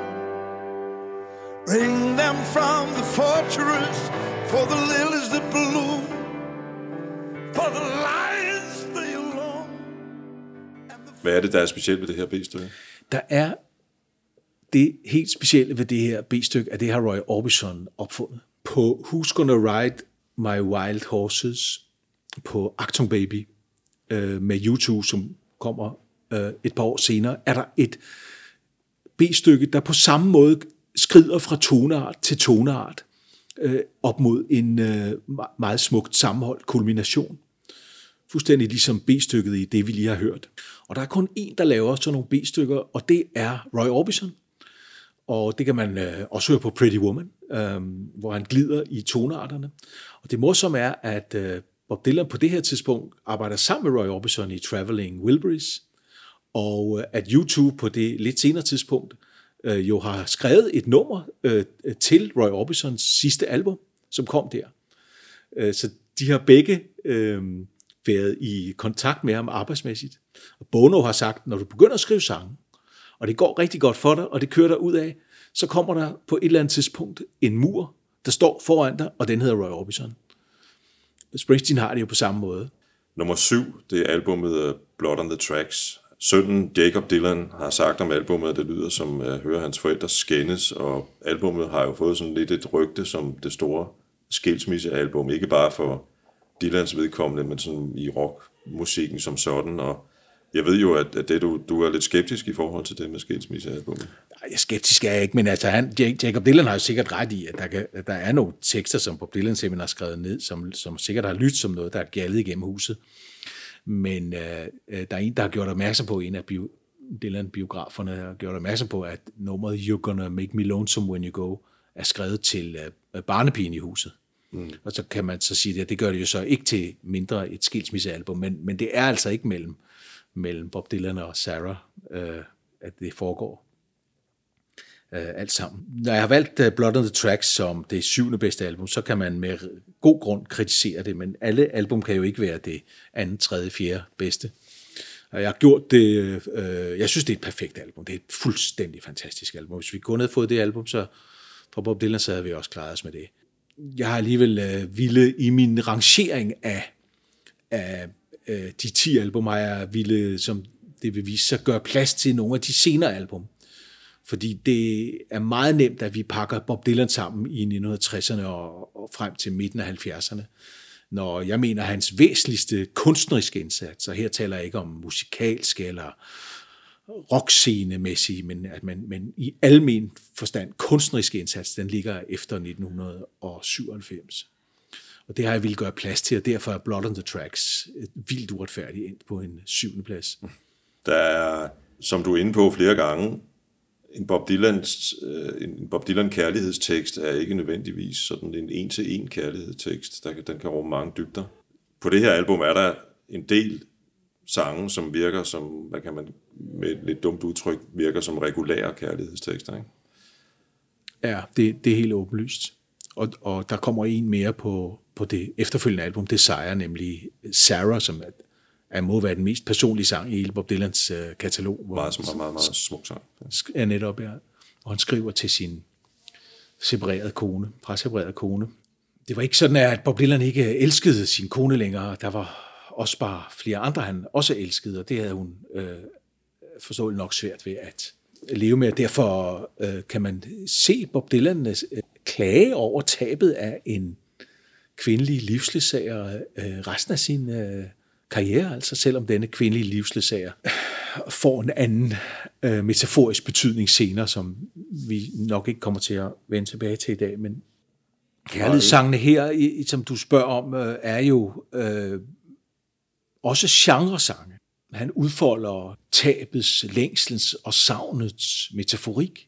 Ring them from the fortress for the lilies that bloom, for the lions they alone. Hvad er det, der er specielt ved det her B-stykke? Der er det helt specielle ved det her B-stykke, at det har Roy Orbison opfundet. På Who's Gonna Ride My Wild Horses, på Achtung Baby, med U2, som kommer et par år senere, er der et B-stykke, der på samme måde skrider fra toneart til toneart. op mod en meget smukt sammenholdt kulmination. Fuldstændig ligesom B-stykket i det, vi lige har hørt. Og der er kun én, der laver sådan nogle B-stykker, og det er Roy Orbison. Og det kan man også høre på Pretty Woman, hvor han glider i tonarterne. Og det morsomme er, at Bob Dylan på det her tidspunkt arbejder sammen med Roy Orbison i Traveling Wilburys, og at U2 på det lidt senere tidspunkt jo har skrevet et nummer til Roy Orbisons sidste album, som kom der. Så de har begge været i kontakt med ham arbejdsmæssigt. Og Bono har sagt, når du begynder at skrive sange, og det går rigtig godt for dig, og det kører dig ud af, så kommer der på et eller andet tidspunkt en mur, der står foran dig, og den hedder Roy Orbison. Springsteen har det jo på samme måde. Nummer 7, det er albumet Blood on the Tracks. Sønnen Jacob Dylan har sagt om albumet, at det lyder som at høre hans forældre skændes, og albumet har jo fået sådan lidt et rygte som det store skilsmissealbum, ikke bare for Dylans vedkommende, men sådan i rockmusikken som sådan, og jeg ved jo, at det, du er lidt skeptisk i forhold til det med skilsmissealbummet. Jeg er skeptisk er jeg ikke, men altså Jacob Dylan har jo sikkert ret i, at der er nogle tekster, som Bob Dylan simpelthen har skrevet ned, som sikkert har lyttet som noget, der er gjaldet igennem huset. Men der er en, der har gjort opmærksom på, en af Dylan-biograferne har gjort opmærksom på, at nummeret You're Gonna Make Me Lonesome When You Go er skrevet til barnepigen i huset. Og så kan man så sige, at det gør det jo så ikke til mindre et skilsmissealbum, men det er altså ikke mellem Bob Dylan og Sarah, at det foregår alt sammen. Når jeg har valgt Blood on the Tracks som det 7. bedste album, så kan man med god grund kritisere det, men alle album kan jo ikke være det 2., 3., 4. bedste. Og jeg har gjort det, jeg synes det er et perfekt album, det er et fuldstændig fantastisk album. Hvis vi kun havde fået det album, så fra Bob Dylan, så havde vi også klaret os med det. Jeg har alligevel ville i min rangering af de 10 album, har jeg ville, som det vil vise sig, gøre plads til nogle af de senere album. Fordi det er meget nemt, at vi pakker Bob Dylan sammen i 1960'erne og frem til midten af 70'erne. Når jeg mener hans væsentligste kunstneriske indsats, og her taler jeg ikke om musikalsk eller rockscenemæssigt, men i almen forstand kunstneriske indsats, den ligger efter 1997. Og det har jeg ville gøre plads til, og derfor er Blood on the Tracks vildt uretfærdigt endt på en 7. plads. Der er, som du er inde på flere gange, en Bob Dylan kærlighedstekst er ikke nødvendigvis sådan en en-til-en kærlighedstekst. Den kan rumme mange dybder. På det her album er der en del sange, som virker som, hvad kan man med et lidt dumt udtryk, virker som regulære kærlighedstekster, ikke? Ja, det er helt åbenlyst. Og der kommer en mere på det efterfølgende album, Desire, nemlig Sarah, som må være den mest personlige sang i hele Bob Dylans katalog. Meget, meget smuk sang. Ja, netop, ja. Og han skriver til sin separerede kone. Det var ikke sådan, at Bob Dylan ikke elskede sin kone længere. Der var også bare flere andre, han også elskede, og det havde hun forståeligt nok svært ved at leve med. Derfor kan man se Bob Dylan klage over tabet af en kvindelig livsledsager resten af sin karriere, altså selvom denne kvindelige livsledsager får en anden metaforisk betydning senere, som vi nok ikke kommer til at vende tilbage til i dag, men kærlighedssangene her, som du spørger om, er jo også genresange. Han udfolder tabets, længselens og savnets metaforik.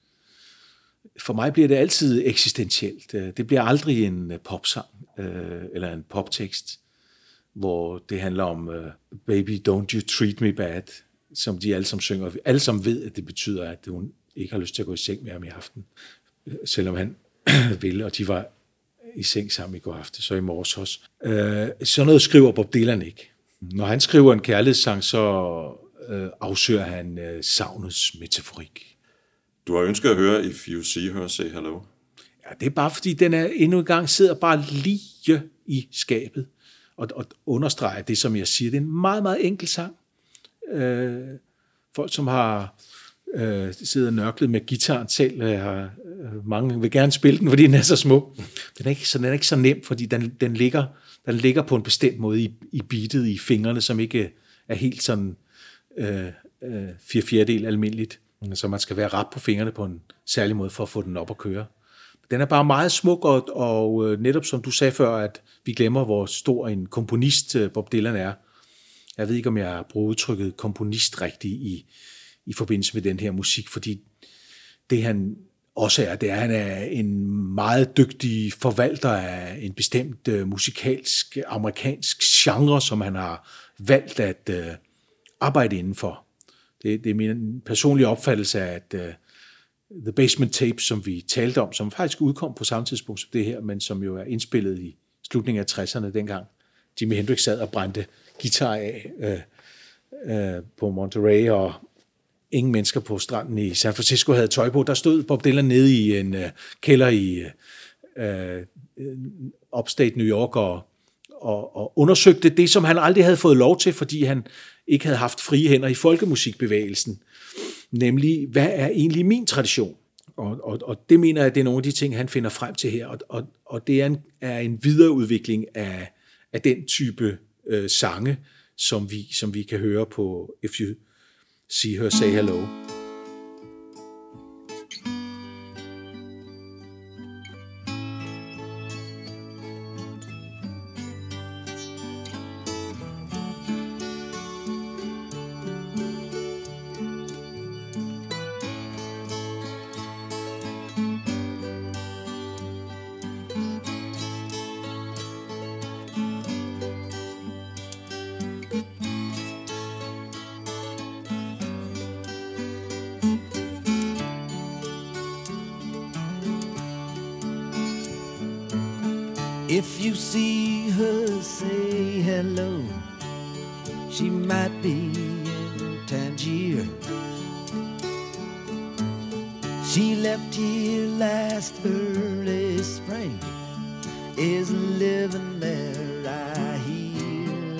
For mig bliver det altid eksistentielt. Det bliver aldrig en popsang eller en poptekst, hvor det handler om baby, don't you treat me bad, som de alle sammen synger. Alle sammen ved, at det betyder, at hun ikke har lyst til at gå i seng med ham i aften, selvom han ville, og de var i seng sammen i går aften, så i morges også. Sådan noget skriver Bob Dylan ikke. Når han skriver en kærlighedssang, så afsøger han savnets metaforik. Du har ønsket at høre If You See Her, Say Hello. Ja, det er bare fordi, den er endnu en gang sidder bare lige i skabet og understreger det, som jeg siger. Det er en meget, meget enkel sang. Folk, som har siddet og nørklet med guitaren selv, mange vil gerne spille den, fordi den er så smuk. Den er ikke så nem, fordi den ligger på en bestemt måde i beatet, i fingrene, som ikke er helt sådan 4/4 almindeligt. Så man skal være rap på fingrene på en særlig måde for at få den op at køre. Den er bare meget smuk, og netop som du sagde før, at vi glemmer, hvor stor en komponist Bob Dylan er. Jeg ved ikke, om jeg bruger udtrykket komponist rigtigt i forbindelse med den her musik, fordi det han også er, det er, at han er en meget dygtig forvalter af en bestemt musikalsk, amerikansk genre, som han har valgt at arbejde indenfor. Det er min personlige opfattelse af, at The Basement Tapes, som vi talte om, som faktisk udkom på samme tidspunkt som det her, men som jo er indspillet i slutningen af 60'erne dengang. Jimi Hendrix sad og brændte guitar af på Monterey, og ingen mennesker på stranden i San Francisco havde tøj på. Der stod Bob Dylan nede i en kælder i upstate New York og undersøgte det, som han aldrig havde fået lov til, fordi han ikke havde haft frie hænder i folkemusikbevægelsen. Nemlig, hvad er egentlig min tradition? Og det mener jeg, at det er nogle af de ting, han finder frem til her. Og det er en videreudvikling af den type sange, som vi kan høre på If You See Her Say Hello. If you see her, say hello. She might be in Tangier. She left here last early spring. Is living there, I hear.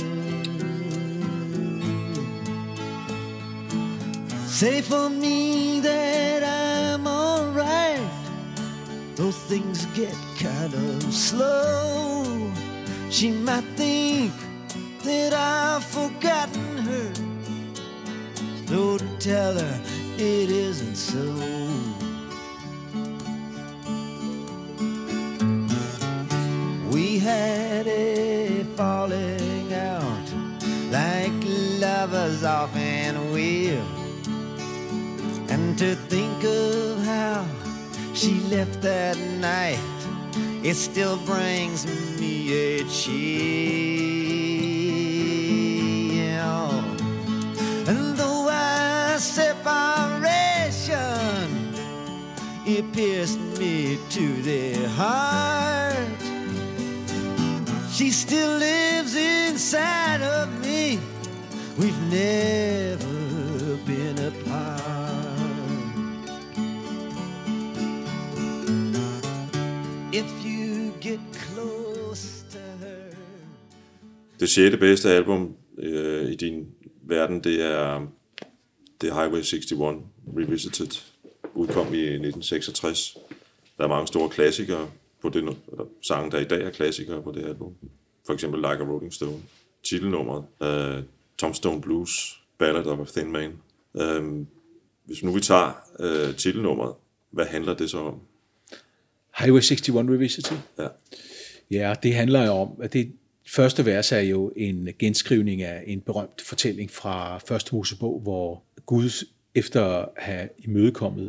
Say for me that I'm alright. Those things get kind of slow. She might think that I've forgotten her. Slow to tell her it isn't so. We had a falling out like lovers often will. And to think of how she left that night, it still brings me a chill. And though our separation, it pierced me to the heart, she still lives inside of me. We've never been apart. Det 6. bedste album i din verden, det er Highway 61 Revisited, udkom i 1966. Der er mange store klassikere på det, eller sange, der i dag er klassikere på det album. For eksempel Like a Rolling Stone, titelnummeret, Tombstone Blues, Ballad of a Thin Man. Hvis nu vi tager titelnummeret, hvad handler det så om? Highway 61 Revisited? Ja. Ja, det handler jo om, at det første vers er jo en genskrivning af en berømt fortælling fra Første Mosebog, hvor Gud efter at have imødekommet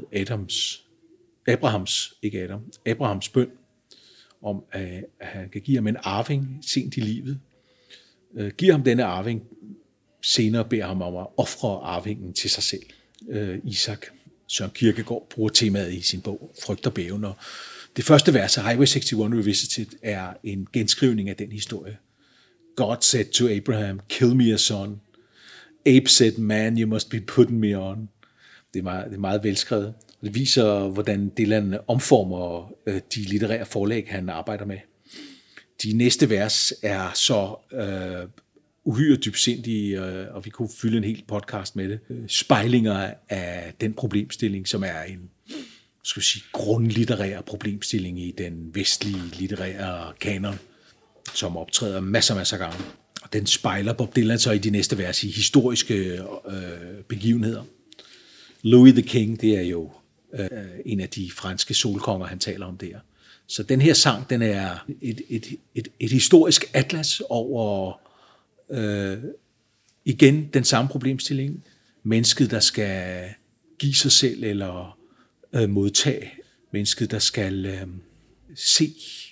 Abrahams bøn om, at han kan give ham en arving sent i livet, giver ham denne arving, senere beder ham om at ofre arvingen til sig selv, Isak. Søren Kierkegaard bruger temaet i sin bog Frygt og Bæven, og det første vers af Highway 61 Revisited er en genskrivning af den historie. God said to Abraham, kill me a son. Abe said, man, you must be putting me on. Det er meget velskrevet. Det viser, hvordan Dylan omformer de litterære forlæg, han arbejder med. De næste vers er så uhyre dybsindige, og vi kunne fylde en hel podcast med det. Spejlinger af den problemstilling, som er en grundlitterær problemstilling i den vestlige litterære kanon, som optræder masser af gange. Og den spejler Bob Dylan så i de næste vers i historiske begivenheder. Louis the King, det er jo en af de franske solkonger, han taler om der. Så den her sang, den er et historisk atlas over igen den samme problemstilling. Mennesket, der skal give sig selv eller modtage. Mennesket, der skal se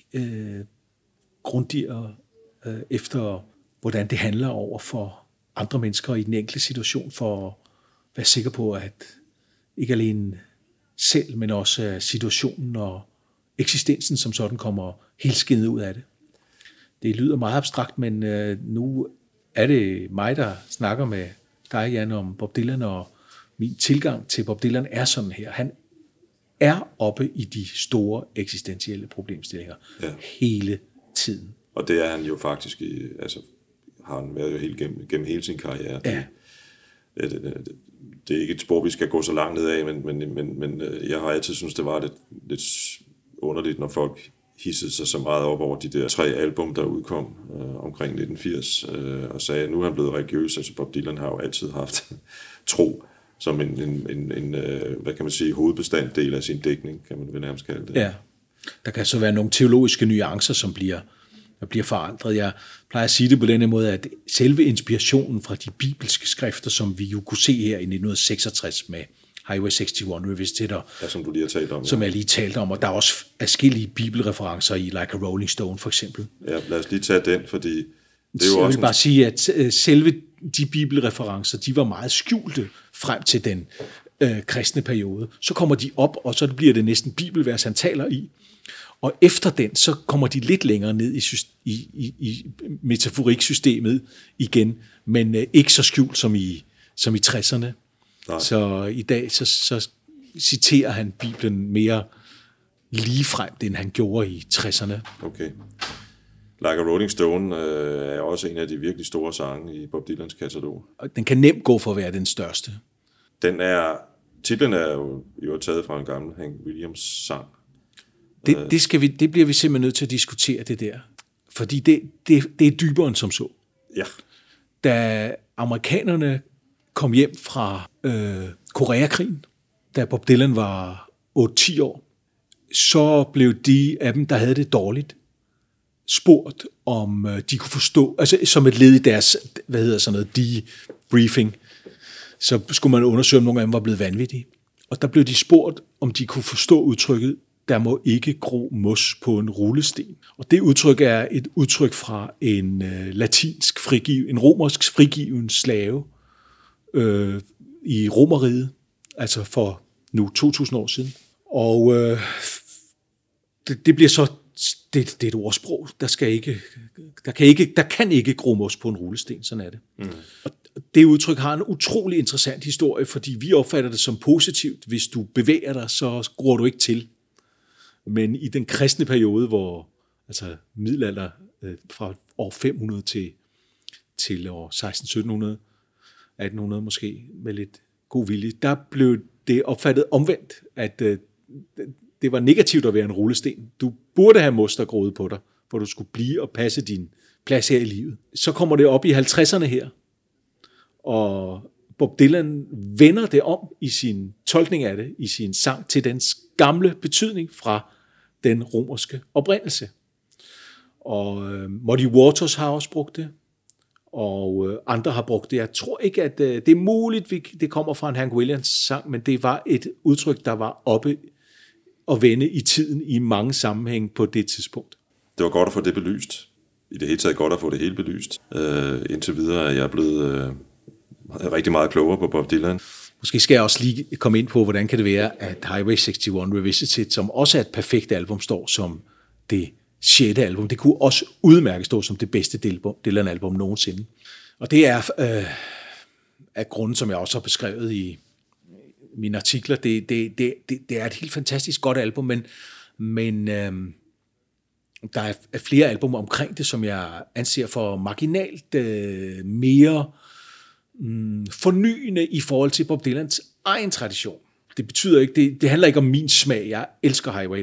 grundigere efter, hvordan det handler over for andre mennesker i den enkelte situation, for at være sikker på, at ikke alene selv, men også situationen og eksistensen som sådan kommer helskindet ud af det. Det lyder meget abstrakt, men nu er det mig, der snakker med dig, Jan, om Bob Dylan, og min tilgang til Bob Dylan er sådan her. Han er oppe i de store eksistentielle problemstillinger hele tiden. Og det er han jo faktisk, har han været jo helt gennem hele sin karriere. Ja. Det er ikke et spor, vi skal gå så langt ned af, men jeg har altid syntes, det var lidt underligt, når folk hissede sig så meget op over de der 3 album, der udkom omkring 1980, og sagde, at nu er han blevet religiøs. Altså Bob Dylan har jo altid haft tro som en hvad kan man sige, hovedbestanddel af sin dækning, kan man vel nærmest kalde det. Ja, der kan så være nogle teologiske nuancer, som bliver forandret. Jeg plejer at sige det på denne måde, at selve inspirationen fra de bibelske skrifter, som vi jo kunne se her i 1966 med Highway 61 Revisited, som du lige har talt om. Som jeg lige talte om, og der er også forskellige bibelreferencer i Like a Rolling Stone for eksempel. Ja, lad os lige tage den, fordi det er jo jeg også... vil bare sige, at selve de bibelreferencer, de var meget skjulte frem til den kristne periode. Så kommer de op, og så bliver det næsten bibelvers, han taler i. Og efter den, så kommer de lidt længere ned i metaforiksystemet igen, men ikke så skjult som i 60'erne. Nej. Så i dag så citerer han Bibelen mere ligefremt, end han gjorde i 60'erne. Okay. Like a Rolling Stone er også en af de virkelig store sange i Bob Dylans katalog. Den kan nemt gå for at være den største. Titlen er jo taget fra en gammel Hank Williams sang. Det bliver vi simpelthen nødt til at diskutere, det der. Fordi det er dybere end som så. Ja. Da amerikanerne kom hjem fra Koreakrigen, da Bob Dylan var 8-10 år, så blev de af dem, der havde det dårligt, spurgt, om de kunne forstå, altså som et led i deres, debriefing, så skulle man undersøge, om nogle af dem var blevet vanvittige. Og der blev de spurgt, om de kunne forstå udtrykket, der må ikke gro mos på en rullesten. Og det udtryk er et udtryk fra en en romersk frigiven slave i Romerriget, altså for nu 2000 år siden. Og det bliver så det er et ordsprog. Der kan ikke gro mos på en rullesten, sådan er det. Mm. Og det udtryk har en utrolig interessant historie, fordi vi opfatter det som positivt. Hvis du bevæger dig, så gror du ikke til. Men i den kristne periode, hvor altså middelalder fra år 500 til år 1600, 1800 måske, med lidt god vilje, der blev det opfattet omvendt, at det var negativt at være en rullesten. Du burde have mos, der groede på dig, hvor du skulle blive og passe din plads her i livet. Så kommer det op i 50'erne her, og Bob Dylan vender det om i sin tolkning af det, i sin sang til dens gamle betydning fra den romerske oprindelse. Og Muddy Waters har også brugt det, og andre har brugt det. Jeg tror ikke, at det er muligt, det kommer fra en Hank Williams sang, men det var et udtryk, der var oppe og vende i tiden i mange sammenhænge på det tidspunkt. Det var godt at få det belyst. I det hele taget godt at få det hele belyst. Indtil videre er jeg blevet rigtig meget klogere på Bob Dylan. Måske skal jeg også lige komme ind på, hvordan kan det være, at Highway 61 Revisited, som også er et perfekt album, står som det 6. album. Det kunne også udmærket stå som det bedste Dylan-album nogensinde. Og det er af grunden, som jeg også har beskrevet i mine artikler. Det er et helt fantastisk godt album, men der er flere album omkring det, som jeg anser for marginalt mere fornyende i forhold til Bob Dylans egen tradition. Det betyder ikke, det handler ikke om min smag. Jeg elsker Highway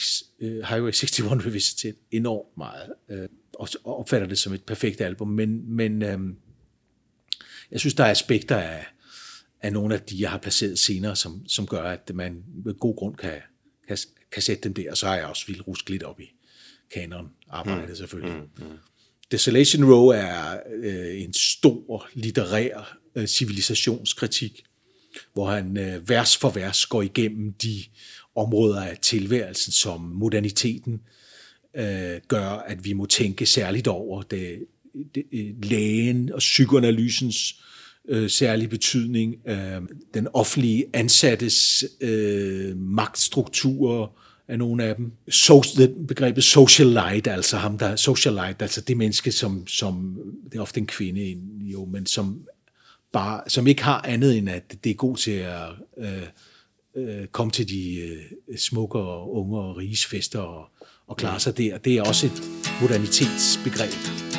61 Revisited enormt meget, og opfatter det som et perfekt album, men jeg synes, der er aspekter er nogle af de, jeg har placeret senere, som gør, at man med god grund kan sætte dem der. Og så har jeg også vildt ruske lidt op i kanonarbejdet selvfølgelig. Desolation Row er en stor litterær civilisationskritik, hvor han vers for vers går igennem de områder af tilværelsen, som moderniteten gør, at vi må tænke særligt over lægen og psykoanalysens særlig betydning, den offentlige ansattes magtstrukturer af nogle af dem. Begrebet socialite, altså det menneske, som det er ofte en kvinde, jo, men som ikke har andet end, at det er god til at komme til de smukke og unge og riges fester og klare sig der. Det er også et modernitetsbegreb.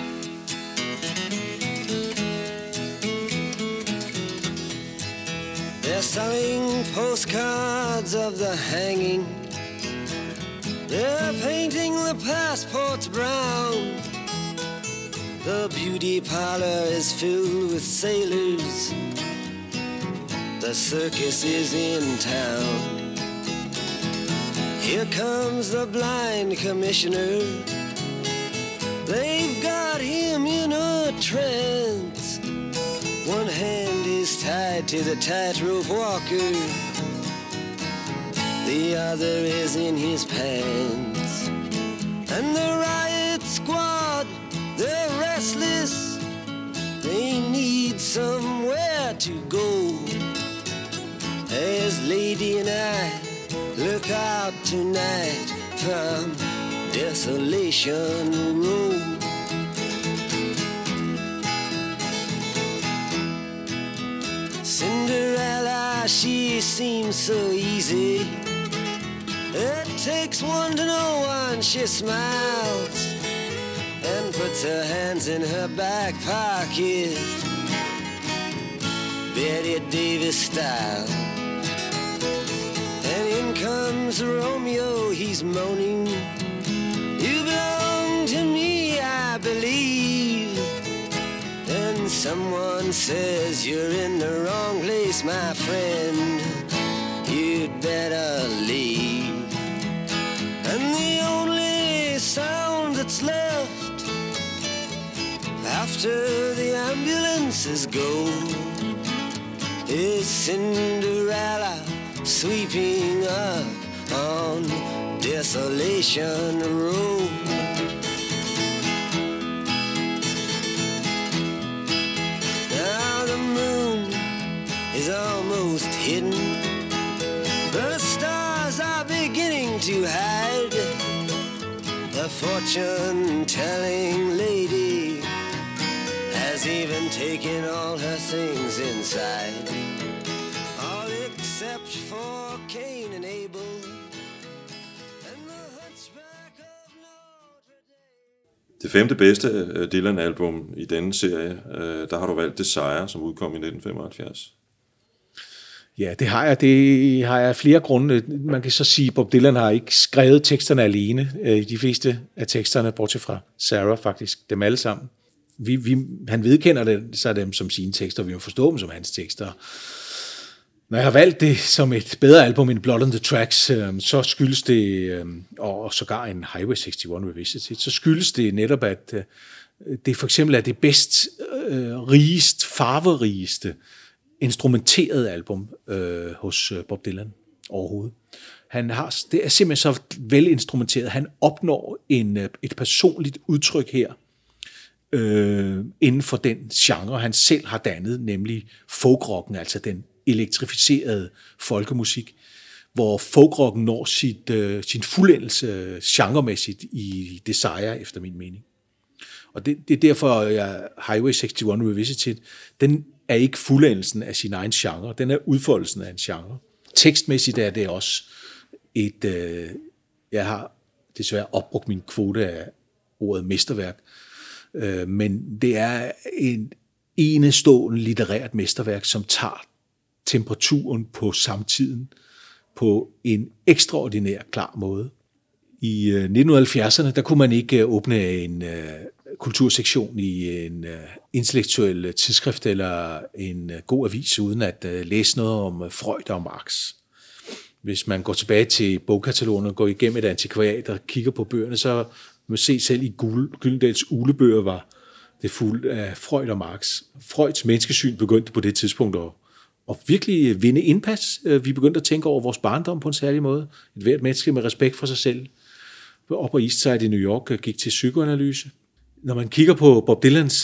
They're selling postcards of the hanging. They're painting the passports brown. The beauty parlor is filled with sailors. The circus is in town. Here comes the blind commissioner. They've got him in a trance. One hand is tied to the tightrope walker. The other is in his pants. And the riot squad, they're restless. They need somewhere to go. As Lady and I look out tonight from Desolation Row. Cinderella, she seems so easy. It takes one to know one. She smiles and puts her hands in her back pocket, Betty Davis style. And in comes Romeo, he's moaning, you belong to me, I believe. And someone says, you're in the wrong place, my friend, you'd better leave. And the only sound that's left after the ambulances go is Cinderella sweeping up on Desolation Road. Now the moon is almost hidden. The stars are beginning to hide. The fortune-telling lady has even taken all her things inside, all except for Cain and Abel and the Hunchback of Notre Dame. Det femte bedste Dylan-album i denne serie, der har du valgt Desire, som udkom i 1975. Ja, det har jeg. Det har jeg flere grunde. Man kan så sige, at Bob Dylan har ikke skrevet teksterne alene. De fleste af teksterne, bortset fra Sarah faktisk, dem alle sammen. Han vedkender sig dem som sine tekster, vi må forstå dem som hans tekster. Når jeg har valgt det som et bedre album end Blood on the Tracks, så skyldes det, og sågar en Highway 61 Revisited, så skyldes det netop, at det for eksempel er det bedst rigest, farverigeste instrumenteret album hos Bob Dylan overhovedet. Det er simpelthen så velinstrumenteret. Han opnår et personligt udtryk her inden for den genre, han selv har dannet, nemlig folkrocken, altså den elektrificerede folkemusik, hvor folkrocken når sin fuldendelse genremæssigt i Desire, efter min mening. Og det er derfor, Highway 61 Revisited, den er ikke fuldendelsen af sin egen genre, den er udfoldelsen af en genre. Tekstmæssigt er det også jeg har desværre opbrugt min kvote af ordet mesterværk, men det er en enestående litterært mesterværk, som tager temperaturen på samtiden på en ekstraordinær klar måde. I 1970'erne, der kunne man ikke åbne en kultursektion i en intellektuel tidsskrift eller en god avis, uden at læse noget om Freud og Marx. Hvis man går tilbage til bogkatalogen og går igennem et antikvariat og kigger på bøgerne, så må man se selv i Gyldendals ulebøger var det fuldt af Freud og Marx. Freuds menneskesyn begyndte på det tidspunkt at virkelig vinde indpas. Vi begyndte at tænke over vores barndom på en særlig måde. Et hvert menneske med respekt for sig selv. Op på East Side i New York gik til psykoanalyse. Når man kigger på Bob Dylans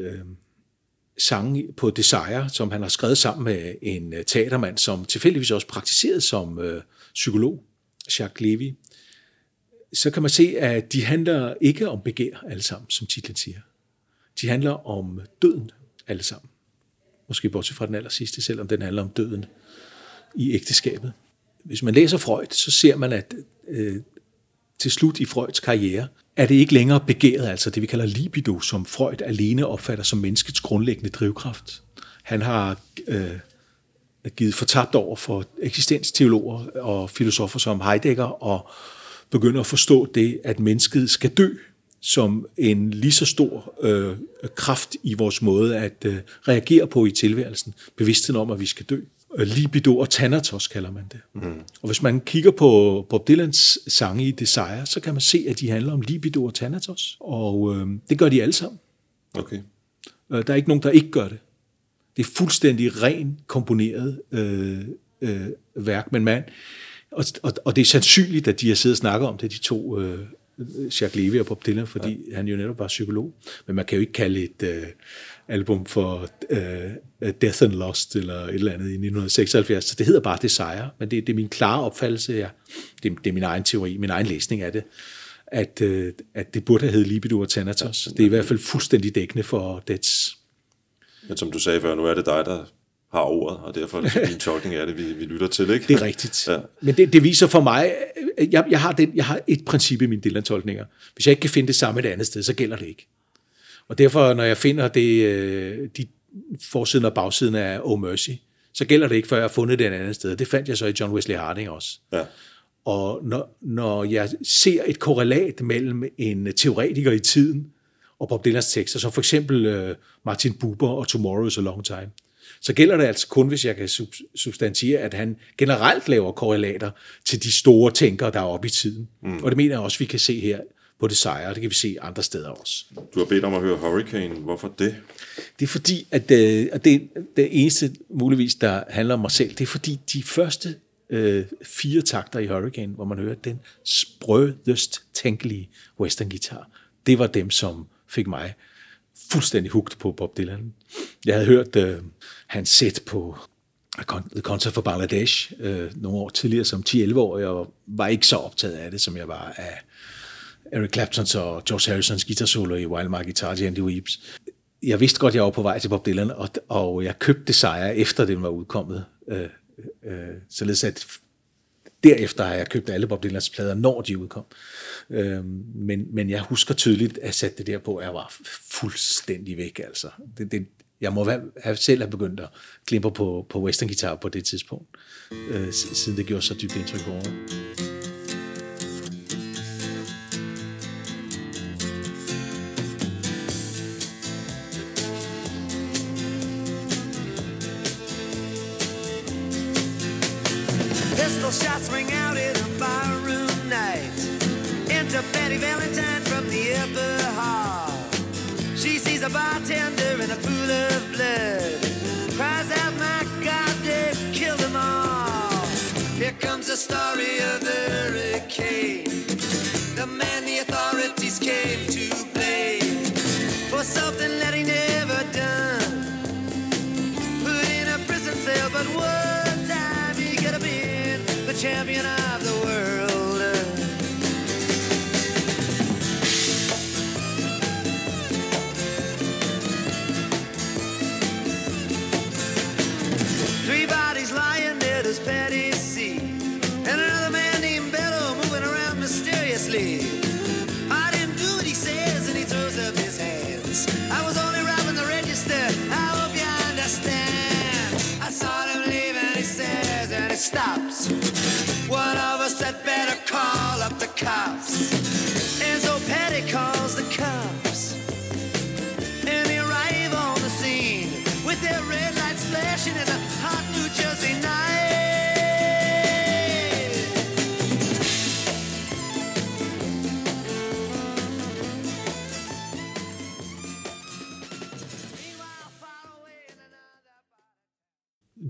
sange på Desire, som han har skrevet sammen med en teatermand, som tilfældigvis også praktiserede som psykolog, Jacques Levy, så kan man se, at de handler ikke om begær alle sammen, som titlen siger. De handler om døden alle sammen. Måske bortset fra den aller sidste, selvom den handler om døden i ægteskabet. Hvis man læser Freud, så ser man, at til slut i Freuds karriere er det ikke længere begæret, altså det vi kalder libido, som Freud alene opfatter som menneskets grundlæggende drivkraft. Han har givet fortabt over for eksistensteologer og filosofer som Heidegger og begynder at forstå det, at mennesket skal dø som en lige så stor kraft i vores måde at reagere på i tilværelsen. Bevidstheden om, at vi skal dø. Libido og thanatos kalder man det. Og hvis man kigger på Bob Dylans sange i Desire, så kan man se, at de handler om libido og thanatos. Og det gør de alle sammen. Okay. Der er ikke nogen, der ikke gør det. Det er fuldstændig ren komponeret værk, men og det er sandsynligt, at de har siddet og snakket om det, de to Jacques Levy og Bob Dylan, fordi han jo netop var psykolog. Men man kan jo ikke kalde et album for Death and Lost eller et eller andet i 1976, så det hedder bare Desire, men det er min klare opfattelse, det er min egen teori, min egen læsning af det, at det burde have heddet Libido og Thanatos. Det er i hvert fald fuldstændig dækkende for dets. Men som du sagde før, nu er det dig, der har ordet, og derfor er din tolkning af det, vi lytter til, ikke? Det er rigtigt. Ja. Men det viser for mig, jeg har et princip i mine Dylan-tolkninger. Hvis jeg ikke kan finde det samme et andet sted, så gælder det ikke. Og derfor, når jeg finder de forsiden og bagsiden af Oh Mercy, så gælder det ikke, før jeg har fundet det et andet sted. Det fandt jeg så i John Wesley Harding også. Ja. Og når jeg ser et korrelat mellem en teoretiker i tiden og Bob Dylans tekster, som for eksempel Martin Buber og Tomorrow is a Long Time, så gælder det altså kun, hvis jeg kan substantiere, at han generelt laver korrelater til de store tænkere, der er oppe i tiden. Og det mener jeg også, vi kan se her på Desire, og det kan vi se andre steder også. Du har bedt om at høre Hurricane. Hvorfor det? Det er fordi, at det eneste muligvis, der handler om mig selv, det er fordi de første 4 takter i Hurricane, hvor man hører den sprødest tænkelige western-guitar, det var dem, som fik mig fuldstændig hugt på Bob Dylan. Jeg havde hørt hans sæt på The Concert for Bangladesh nogle år tidligere som 10-11-årig, og var ikke så optaget af det, som jeg var af Eric Claptons og George Harrisons guitarsolo i Wild My Guitar, Jandy Weeps. Jeg vidste godt, jeg var på vej til Bob Dylan, og jeg købte Desire, efter den var udkommet. Således at derefter har jeg købt alle Bob Dylans plader, når de udkom. Men jeg husker tydeligt, at jeg satte det der på, at jeg var fuldstændig væk. Altså. Jeg må selv have begyndt at klimpe på western guitar på det tidspunkt, siden det gjorde så dybt indtryk på mig. Shots ring out in a barroom night. Enter Betty Valentine from the upper hall. She sees a bartender in a pool of blood. Cries out, my God, they've killed them all. Here comes the story of the hurricane. The man the authorities came to blame for something that he never done. Put in a prison cell, but one time he could have been the champion of the world. Three bodies lying there, does Patty see? And another man named Bello moving around mysteriously. I didn't do what he says, and he throws up his hands. I was only robbing the register, I hope you understand. I saw him leave and he says, and he stops. One of us had better call up the cops. And so Patty calls the cops.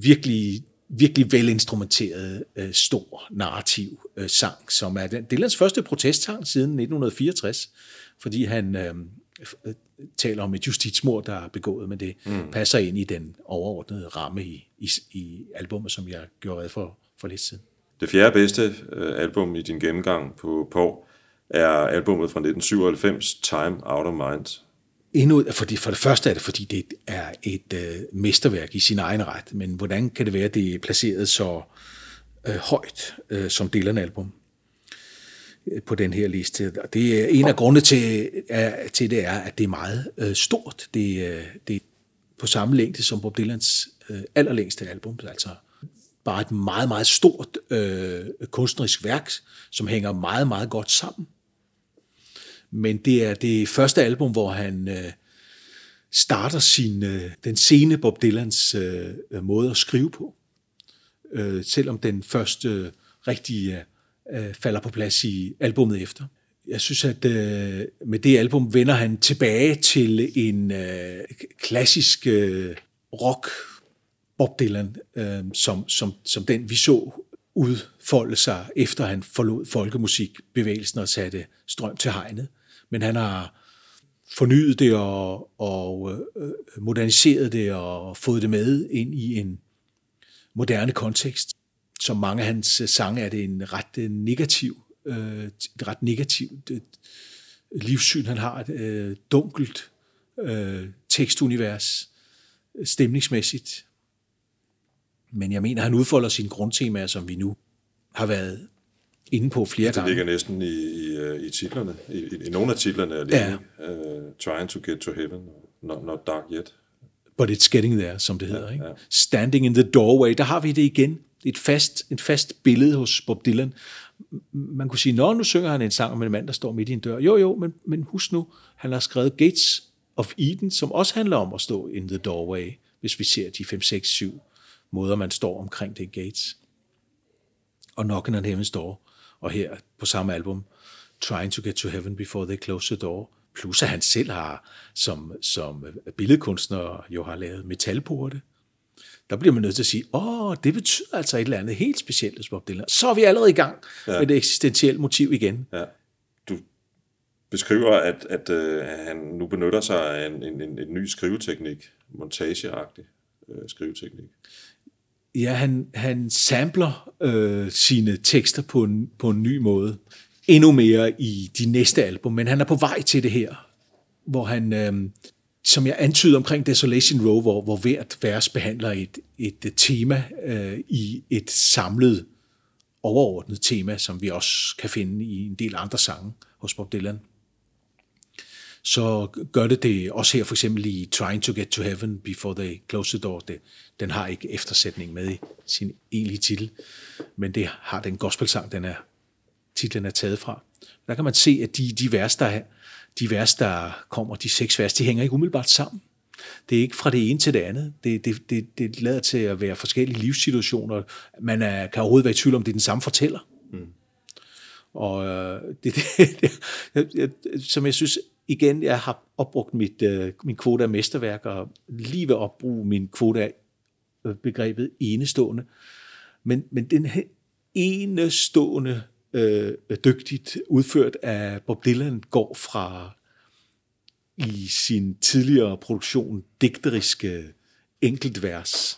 virkelig, virkelig velinstrumenteret, stor narrativ sang, som er Dylans første protestsang siden 1964, fordi han taler om et justitsmord, der er begået, men det passer ind i den overordnede ramme i albumet, som jeg gjorde rede for lidt siden. Det fjerde bedste album i din gennemgang på POV er albumet fra 1997, Time Out of Mind. For det første er det, fordi det er et mesterværk i sin egen ret, men hvordan kan det være, at det er placeret så højt som Dylan-album på den her liste? Det er en af grundene til det er, at det er meget stort. Det er på samme længde som Bob Dylans allerlængste album, altså bare et meget, meget stort kunstnerisk værk, som hænger meget, meget godt sammen. Men det er det første album, hvor han starter den sene Bob Dylans måde at skrive på. Selvom den første rigtige falder på plads i albumet efter. Jeg synes, at med det album vender han tilbage til en klassisk rock Bob Dylan, som den vi så udfolde sig, efter han forlod folkemusikbevægelsen og satte strøm til hegnet. Men han har fornyet det og moderniseret det og fået det med ind i en moderne kontekst. Som mange af hans sange er det en ret negativt livssyn. Han har et dunkelt tekstunivers, stemningsmæssigt. Men jeg mener, han udfolder sine grundtemaer, som vi nu har været inde på flere gange. Det ligger næsten i titlerne. I nogle af titlerne er det, ja. Trying to get to heaven, not dark yet. But it's getting there, som det hedder. Ikke? Ja. Standing in the doorway, der har vi det igen. Et fast billede hos Bob Dylan. Man kunne sige, nu synger han en sang om en mand, der står midt i en dør. Jo, men husk nu, han har skrevet Gates of Eden, som også handler om at stå in the doorway, hvis vi ser de 5, 6, 7 måder, man står omkring det Gates. Og Knocking on Heaven's Door. Og her på samme album, Trying to get to heaven before they close the door. Plus at han selv har, som billedkunstner, jo har lavet metalporte. Der bliver man nødt til at sige, det betyder altså et eller andet helt specielt hos Bob Dylan. Så er vi allerede i gang med det eksistentielle motiv igen. Ja. Du beskriver, at han nu benytter sig af en ny skriveteknik, montageagtig skriveteknik. Ja, han sampler sine tekster på en ny måde. Endnu mere i de næste album, men han er på vej til det her, hvor han, som jeg antyder omkring Desolation Row, hvor hvert vers behandler et tema i et samlet, overordnet tema, som vi også kan finde i en del andre sange hos Bob Dylan. Så gør det også her, for eksempel i Trying to get to heaven before they close the door. Den har ikke eftersætning med i sin egentlige titel, men det har den gospelsang, titlen er taget fra. Der kan man se, at de vers, der kommer, de 6 vers, de hænger ikke umiddelbart sammen. Det er ikke fra det ene til det andet. Det lader til at være forskellige livssituationer. Man kan overhovedet være i tvivl om, det er den samme fortæller. Og som jeg synes, igen, jeg har opbrugt min kvote af mesterværker, lige ved at opbruge min kvote af begrebet enestående. Men den her enestående dygtigt udført af Bob Dylan går fra i sin tidligere produktion digteriske enkeltvers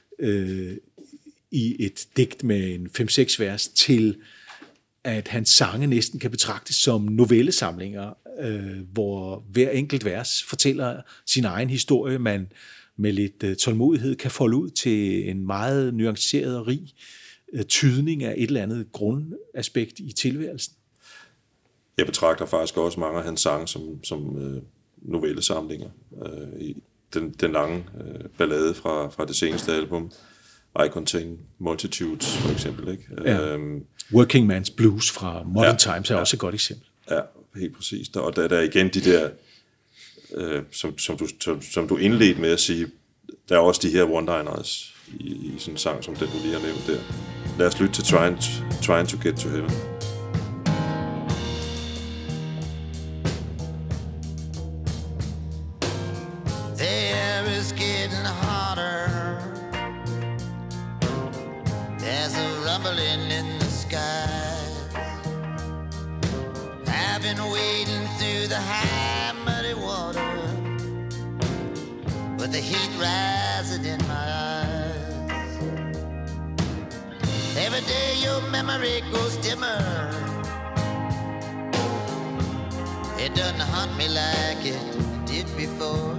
i et digt med en 5-6 vers til at hans sange næsten kan betragtes som novellesamlinger, hvor hver enkelt vers fortæller sin egen historie, man med lidt tålmodighed kan folde ud til en meget nuanceret og rig tydning af et eller andet grundaspekt i tilværelsen. Jeg betragter faktisk også mange af hans sange som novellesamlinger. Den lange ballade fra det seneste album, I Contain Multitudes, for eksempel. Ikke? Ja. Working Man's Blues fra Modern Times er også et godt eksempel. Ja, helt præcis. Og der er igen de der, som du indledte med at sige, der er også de her one-liners i sådan en sang, som den du lige har nævnt der. Lad os lytte til Trying to Get to Heaven. The air is getting hotter. I've been wading through the high muddy water with the heat rising in my eyes. Every day your memory goes dimmer. It doesn't haunt me like it did before.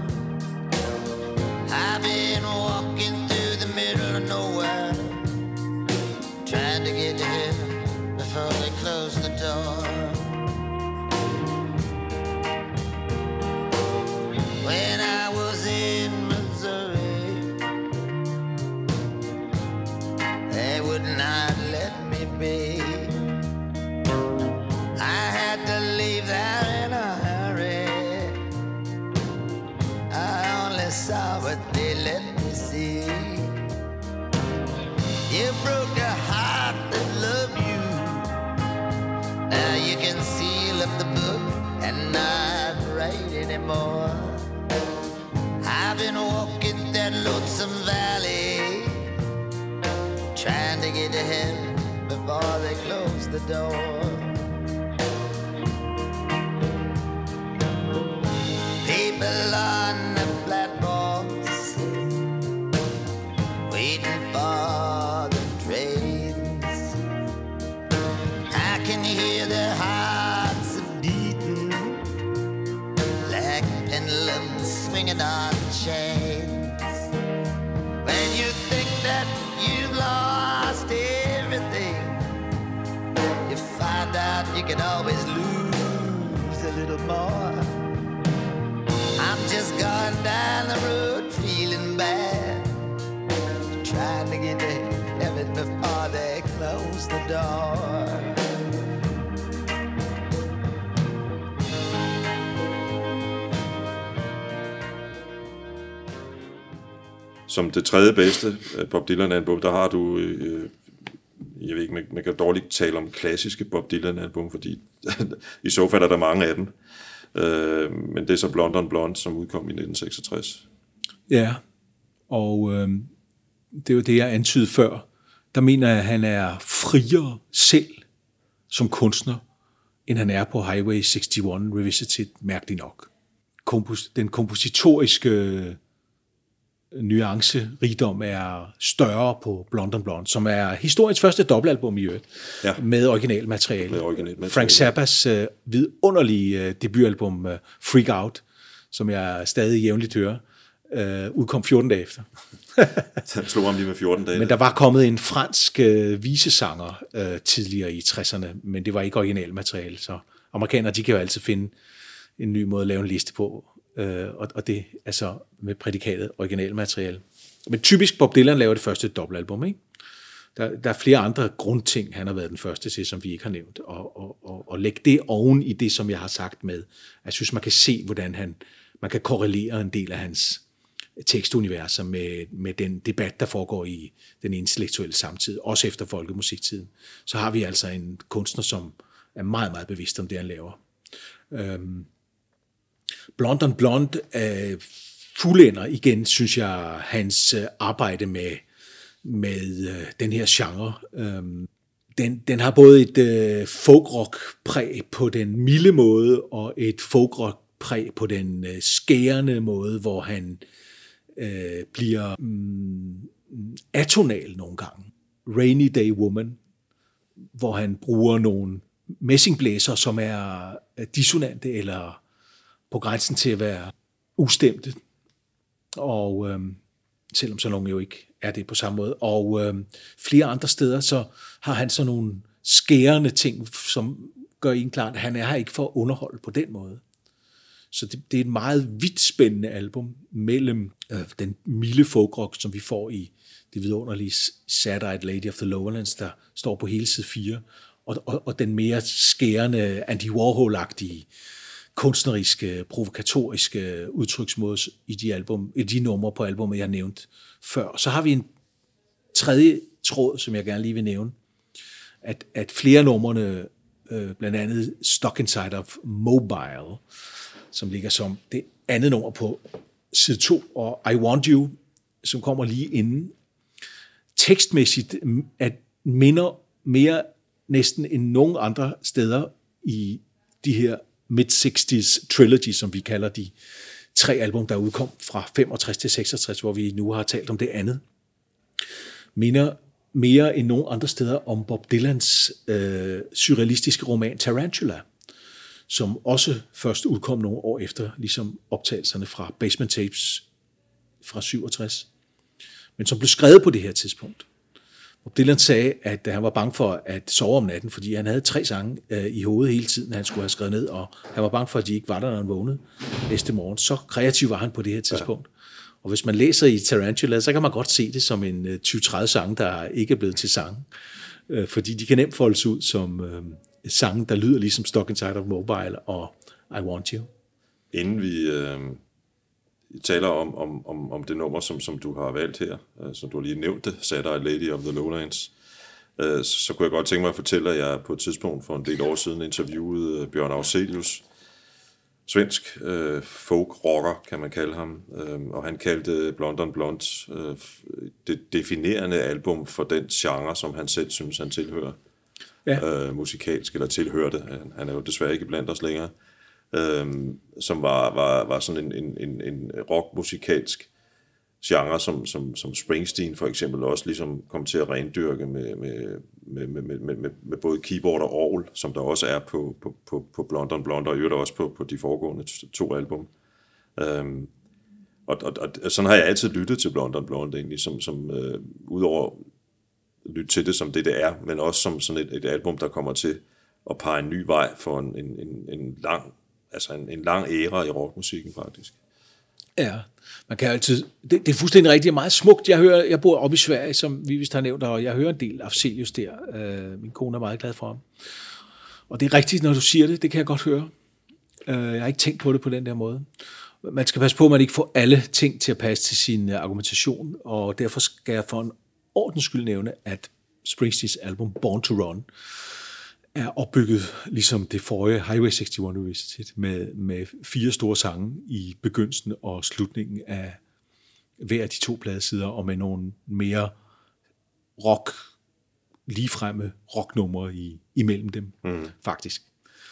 I've been walking through the middle of nowhere, trying to get to heaven before they close the door. When I was in Missouri, they would not let me be. I had to leave there in a hurry. I only saw what they let me see. You broke a heart that loved you. Now you can seal up the book and not write anymore. I've been walking that lonesome valley, trying to get to heaven before they close the door. People on the platforms waiting for the trains. I can hear their hearts beating like pendulums swinging on chains. When you think that you've lost everything, you find out you can always lose a little more. I'm just going down the road feeling bad, trying to get to heaven before they close the door. Som det tredje bedste Bob Dylan-album, der har du, jeg ved ikke, man kan dårligt tale om klassiske Bob Dylan-album, fordi i så fald er der mange af dem. Men det er så Blonde on Blonde, som udkom i 1966. Ja, og det er jo det, jeg antydede før. Der mener jeg, at han er friere selv som kunstner, end han er på Highway 61 Revisited, mærkeligt nok. Den kompositoriske nuancerigdom er større på Blonde on Blonde, som er historiens første dobbeltalbum i øvrigt, ja, med originalmateriale. Frank Zappas vidunderlige debutalbum Freak Out, som jeg stadig jævnligt hører, udkom 14 dage efter. Han slog ham lige med 14 dage. Men der var kommet en fransk visesanger tidligere i 60'erne, men det var ikke originalmateriale, så amerikanere, de kan jo altid finde en ny måde at lave en liste på, og det er så med prædikatet originalmateriale. Men typisk Bob Dylan laver det første dobbeltalbum, ikke? Der er flere andre grundting, han har været den første til, som vi ikke har nævnt, og lægge det oven i det, som jeg har sagt med. Jeg synes, man kan se, hvordan man kan korrelere en del af hans tekstuniverser med den debat, der foregår i den intellektuelle samtid, også efter folkemusiktiden. Så har vi altså en kunstner, som er meget, meget bevidst om det, han laver. Blonde on Blonde fuldender igen, synes jeg, hans arbejde med den her genre. Den har både et folkrock-præg på den milde måde, og et folkrock-præg på den skærende måde, hvor han bliver atonal nogle gange. Rainy Day Woman, hvor han bruger nogle messingblæser, som er dissonante eller på grænsen til at være ustemte. Og selvom så nogle jo ikke er det på samme måde. Og flere andre steder, så har han så nogle skærende ting, som gør en klart, at han er her ikke for at underholde på den måde. Så det er et meget vidtspændende album mellem den milde folkrock, som vi får i det vidunderlige Sad-Eyed Lady of the Lowlands, der står på hele side 4, og den mere skærende Andy Warhol-agtige kunstneriske, provokatoriske udtryksmåde i de numre på albumet, jeg nævnte før. Så har vi en tredje tråd, som jeg gerne lige vil nævne, at flere numrene, blandt andet Stuck Inside of Mobile, som ligger som det andet nummer på side 2, og I Want You, som kommer lige inden, tekstmæssigt minder mere næsten end nogen andre steder i de her mid-60s trilogy, som vi kalder de 3 album, der udkom fra 65 til 66, hvor vi nu har talt om det andet, minder mere end nogen andre steder om Bob Dylans surrealistiske roman Tarantula, som også først udkom nogle år efter, ligesom optagelserne fra Basement Tapes fra 67, men som blev skrevet på det her tidspunkt. Bob Dylan sagde, at han var bange for at sove om natten, fordi han havde 3 sange i hovedet hele tiden, han skulle have skrevet ned, og han var bange for, at de ikke var der, når han vågnede næste morgen. Så kreativ var han på det her tidspunkt. Ja. Og hvis man læser i Tarantula, så kan man godt se det som en 20-30 sange, der ikke er blevet til sange. Fordi de kan nemt foldes ud som sange, der lyder ligesom Stuck Inside of Mobile og I Want You. Inden vi taler om det nummer, som du har valgt her, som du lige nævnte, Sad-Eyed Lady of the Lowlands, så kunne jeg godt tænke mig at fortælle, at jeg på et tidspunkt for en del år siden interviewede Bjørn Afzelius, svensk folk-rocker, kan man kalde ham, og han kaldte Blonde on Blonde det definerende album for den genre, som han selv synes, han tilhører. Ja. Musikalsk, eller tilhørte. Han er jo desværre ikke blandt os længere. Som var sådan en rockmusikalsk genre, som Springsteen for eksempel også ligesom kom til at rendyrke med både keyboard og orgel, som der også er på Blonde on Blonde, og i øvrigt også på de foregående 2 album. Og sådan har jeg altid lyttet til Blonde on Blonde egentlig, som udover lytte til det som det er, men også som sådan et album, der kommer til at pege en ny vej for en lang æra i rockmusikken faktisk. Ja, man kan altid, det er fuldstændig rigtigt, meget smukt. Jeg bor oppe i Sverige, som vi vist har nævnt, og jeg hører en del af Afzelius der. Min kone er meget glad for ham. Og det er rigtigt, når du siger det kan jeg godt høre. Jeg har ikke tænkt på det på den der måde. Man skal passe på, at man ikke får alle ting til at passe til sin argumentation, og derfor skal jeg for en ordens skyld nævne, at Springsteens album Born to Run er opbygget ligesom det forrige Highway 61 Revisited med 4 store sange i begyndelsen og slutningen af hver af de 2 pladesider, og med nogle mere ligefremme rocknumre imellem dem, faktisk.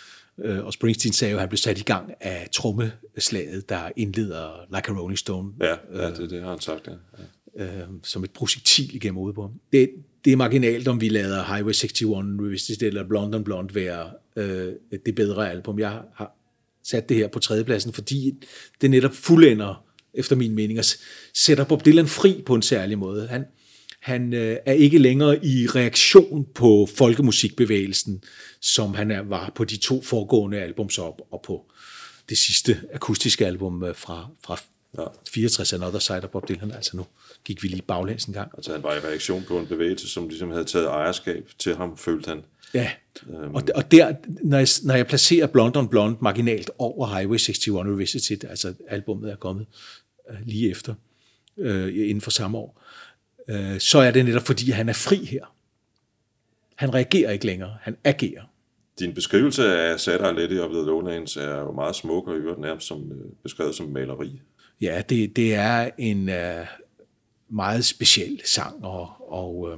Og Springsteen sagde jo, at han blev sat i gang af trommeslaget, der indleder Like a Rolling Stone. Ja, det har han sagt, ja. Som et projektil igennem hovedet på ham. Det er marginalt, om vi lader Highway 61 Revisited eller Blonde on Blonde være det bedre album. Jeg har sat det her på 3. pladsen, fordi det netop fuldender, efter min mening, og sætter Bob Dylan fri på en særlig måde. Han er ikke længere i reaktion på folkemusikbevægelsen, som han var på de 2 foregående albums og på det sidste akustiske album fra 64, Another Side of Bob Dylan. Altså nu gik vi lige baglæns en gang. Altså han var i reaktion på en bevægelse, som ligesom havde taget ejerskab til ham, følte han. Ja, og der, når jeg placerer Blonde on Blonde marginalt over Highway 61 Revisited, altså albumet er kommet lige efter, inden for samme år, så er det netop fordi, han er fri her. Han reagerer ikke længere, han agerer. Din beskrivelse af Sad-Eyed Lady of the Lowlands er jo meget smuk, og i øvrigt nærmest som beskrevet som maleri. Ja, det er en meget speciel sang, og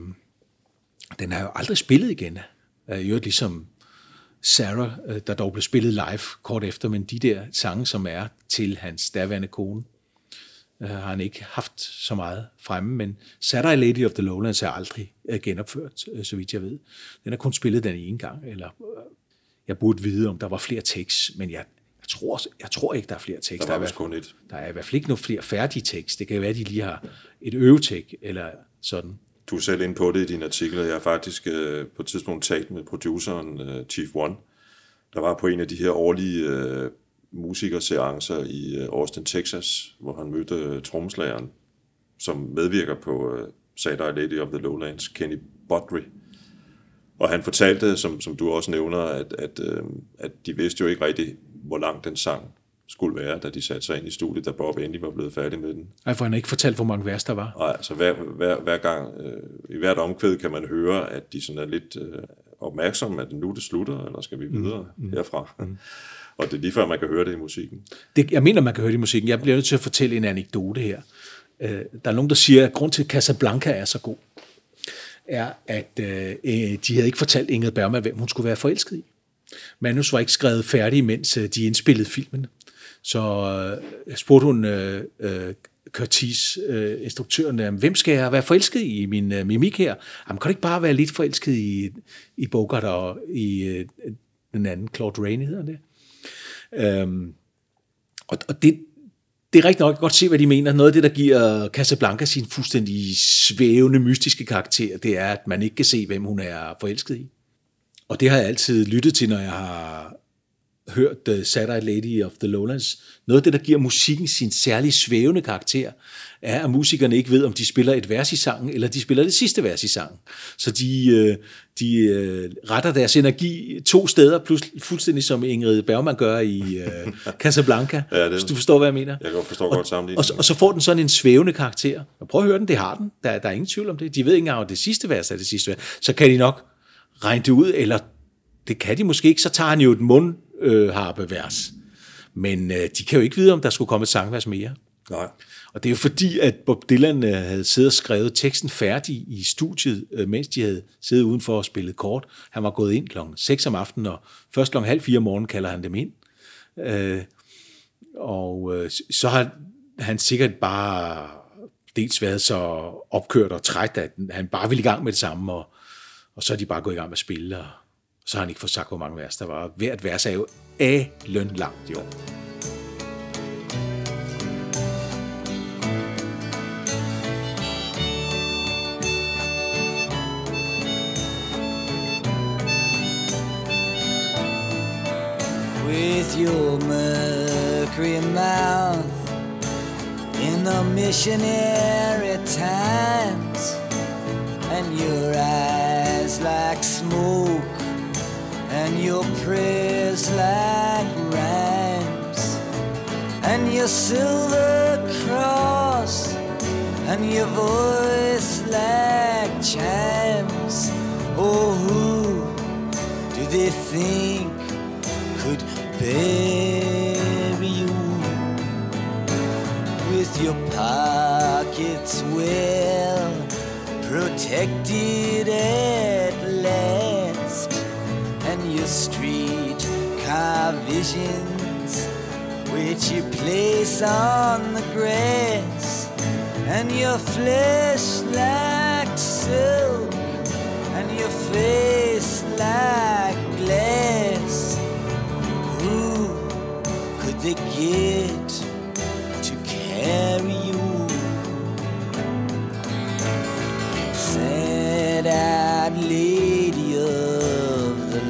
den er jo aldrig spillet igen. Jo ligesom Sarah, der dog blev spillet live kort efter, men de der sange, som er til hans daværende kone, har han ikke haft så meget fremme, men Sad-Eyed Lady of the Lowlands er aldrig genopført, så vidt jeg ved. Den er kun spillet den ene gang, eller jeg burde vide, om der var flere tekster, men jeg tror ikke, der er flere tekster. Der var vist kun et. Der er i hvert fald ikke nogen flere færdige tekster. Det kan jo være, at de lige har et øvetek, eller sådan. Du er selv inde på det i din artikel. Jeg har faktisk på et tidspunkt talt med produceren Chief One, der var på en af de her årlige musikerseancer i Austin, Texas, hvor han mødte trommeslageren, som medvirker på Sad-Eyed Lady of the Lowlands, Kenny Botry. Og han fortalte, som du også nævner, at de vidste jo ikke rigtigt, hvor lang den sang skulle være, da de satte sig ind i studiet, da Bob endelig var blevet færdig med den. Ej, for han har ikke fortalt, hvor mange vers der var. Nej, altså hver gang, i hvert omkvæd kan man høre, at de sådan er lidt opmærksomme, at nu det slutter, eller skal vi videre herfra. Og det er lige før, man kan høre det i musikken. Jeg mener, man kan høre det i musikken. Jeg bliver nødt til at fortælle en anekdote her. Der er nogen, der siger, at grund til, at Casablanca er så god, er, at de havde ikke fortalt Ingrid Bergman, hvem hun skulle være forelsket i. manus var ikke skrevet færdig, mens de indspillede filmen. Så jeg spurgte hun Curtis, instruktøren, hvem skal jeg være forelsket i min mimik her? Jamen, kan du ikke bare være lidt forelsket i Bogart og i den anden, Claude Rains hedder det? Og det er rigtig nok godt se, hvad de mener. Noget af det, der giver Casablanca sin fuldstændig svævende, mystiske karakter, det er, at man ikke kan se, hvem hun er forelsket i. Og det har jeg altid lyttet til, når jeg har hørt Sad-Eyed Lady of the Lowlands. Noget af det, der giver musikken sin særlig svævende karakter, er, at musikerne ikke ved, om de spiller et vers i sangen, eller de spiller det sidste vers i sangen. Så de retter deres energi 2 steder, plus fuldstændig som Ingrid Bergman gør i Casablanca, ja, hvis du forstår, hvad jeg mener. Jeg kan forstå godt sammenligningen. Og så får den sådan en svævende karakter. Og prøv at høre den, det har den. Der er ingen tvivl om det. De ved ikke engang, om det sidste vers er det sidste vers. Så kan de nok regne det ud, eller det kan de måske ikke, så tager han jo et mundharpevers. Men de kan jo ikke vide, om der skulle komme et sangvers mere. Nej. Og det er jo fordi, at Bob Dylan havde siddet og skrevet teksten færdig i studiet, mens de havde siddet udenfor og spillet kort. Han var gået ind klokken 6 om aftenen, og først klokken 3:30 om morgenen kalder han dem ind. Så har han sikkert bare dels været så opkørt og træt, at han bare ville i gang med det samme, og så er de bare gået i gang med at spille, og så har han ikke fået sagt, hvor mange vers der var. Hvert vers er jo alen langt i år. With your mercury mouth in the missionary times, and your eyes like smoke, and your prayers like rhymes, and your silver cross, and your voice like chimes. Oh, who do they think could bury you with your pockets well protected at last, and your street car visions which you place on the grass, and your flesh like silk, and your face like glass. Who could they get to carry you? Sad-eyed lady of the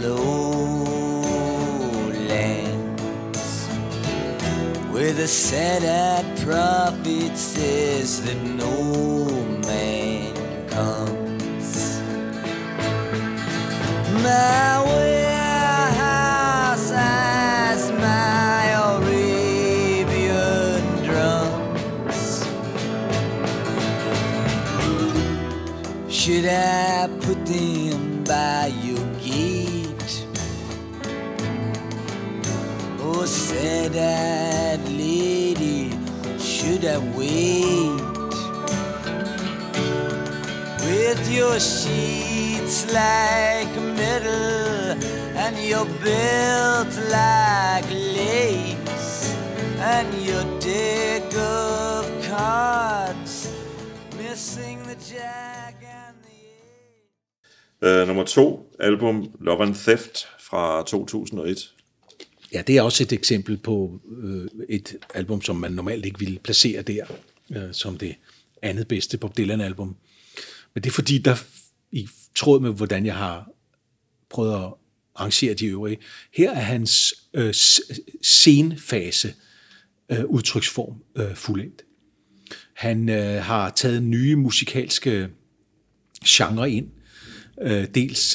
lowlands, where the sad-eyed prophet says that no man comes. My warehouse has my Arabian drums. Should I put them by your gate? Oh, sad-eyed lady, should I wait? With your sheets like metal, and your belt like lace, and your deck of cards missing the jack and the Nummer 2, album Love and Theft fra 2001. Ja, det er også et eksempel på et album, som man normalt ikke ville placere der, som det andet bedste Bob Dylan-album. Men det er fordi, der i tråd med, hvordan jeg har prøvet at arrangere de øvrige, her er hans scenefase udtryksform fuldendt. Han har taget nye musikalske genre ind. Dels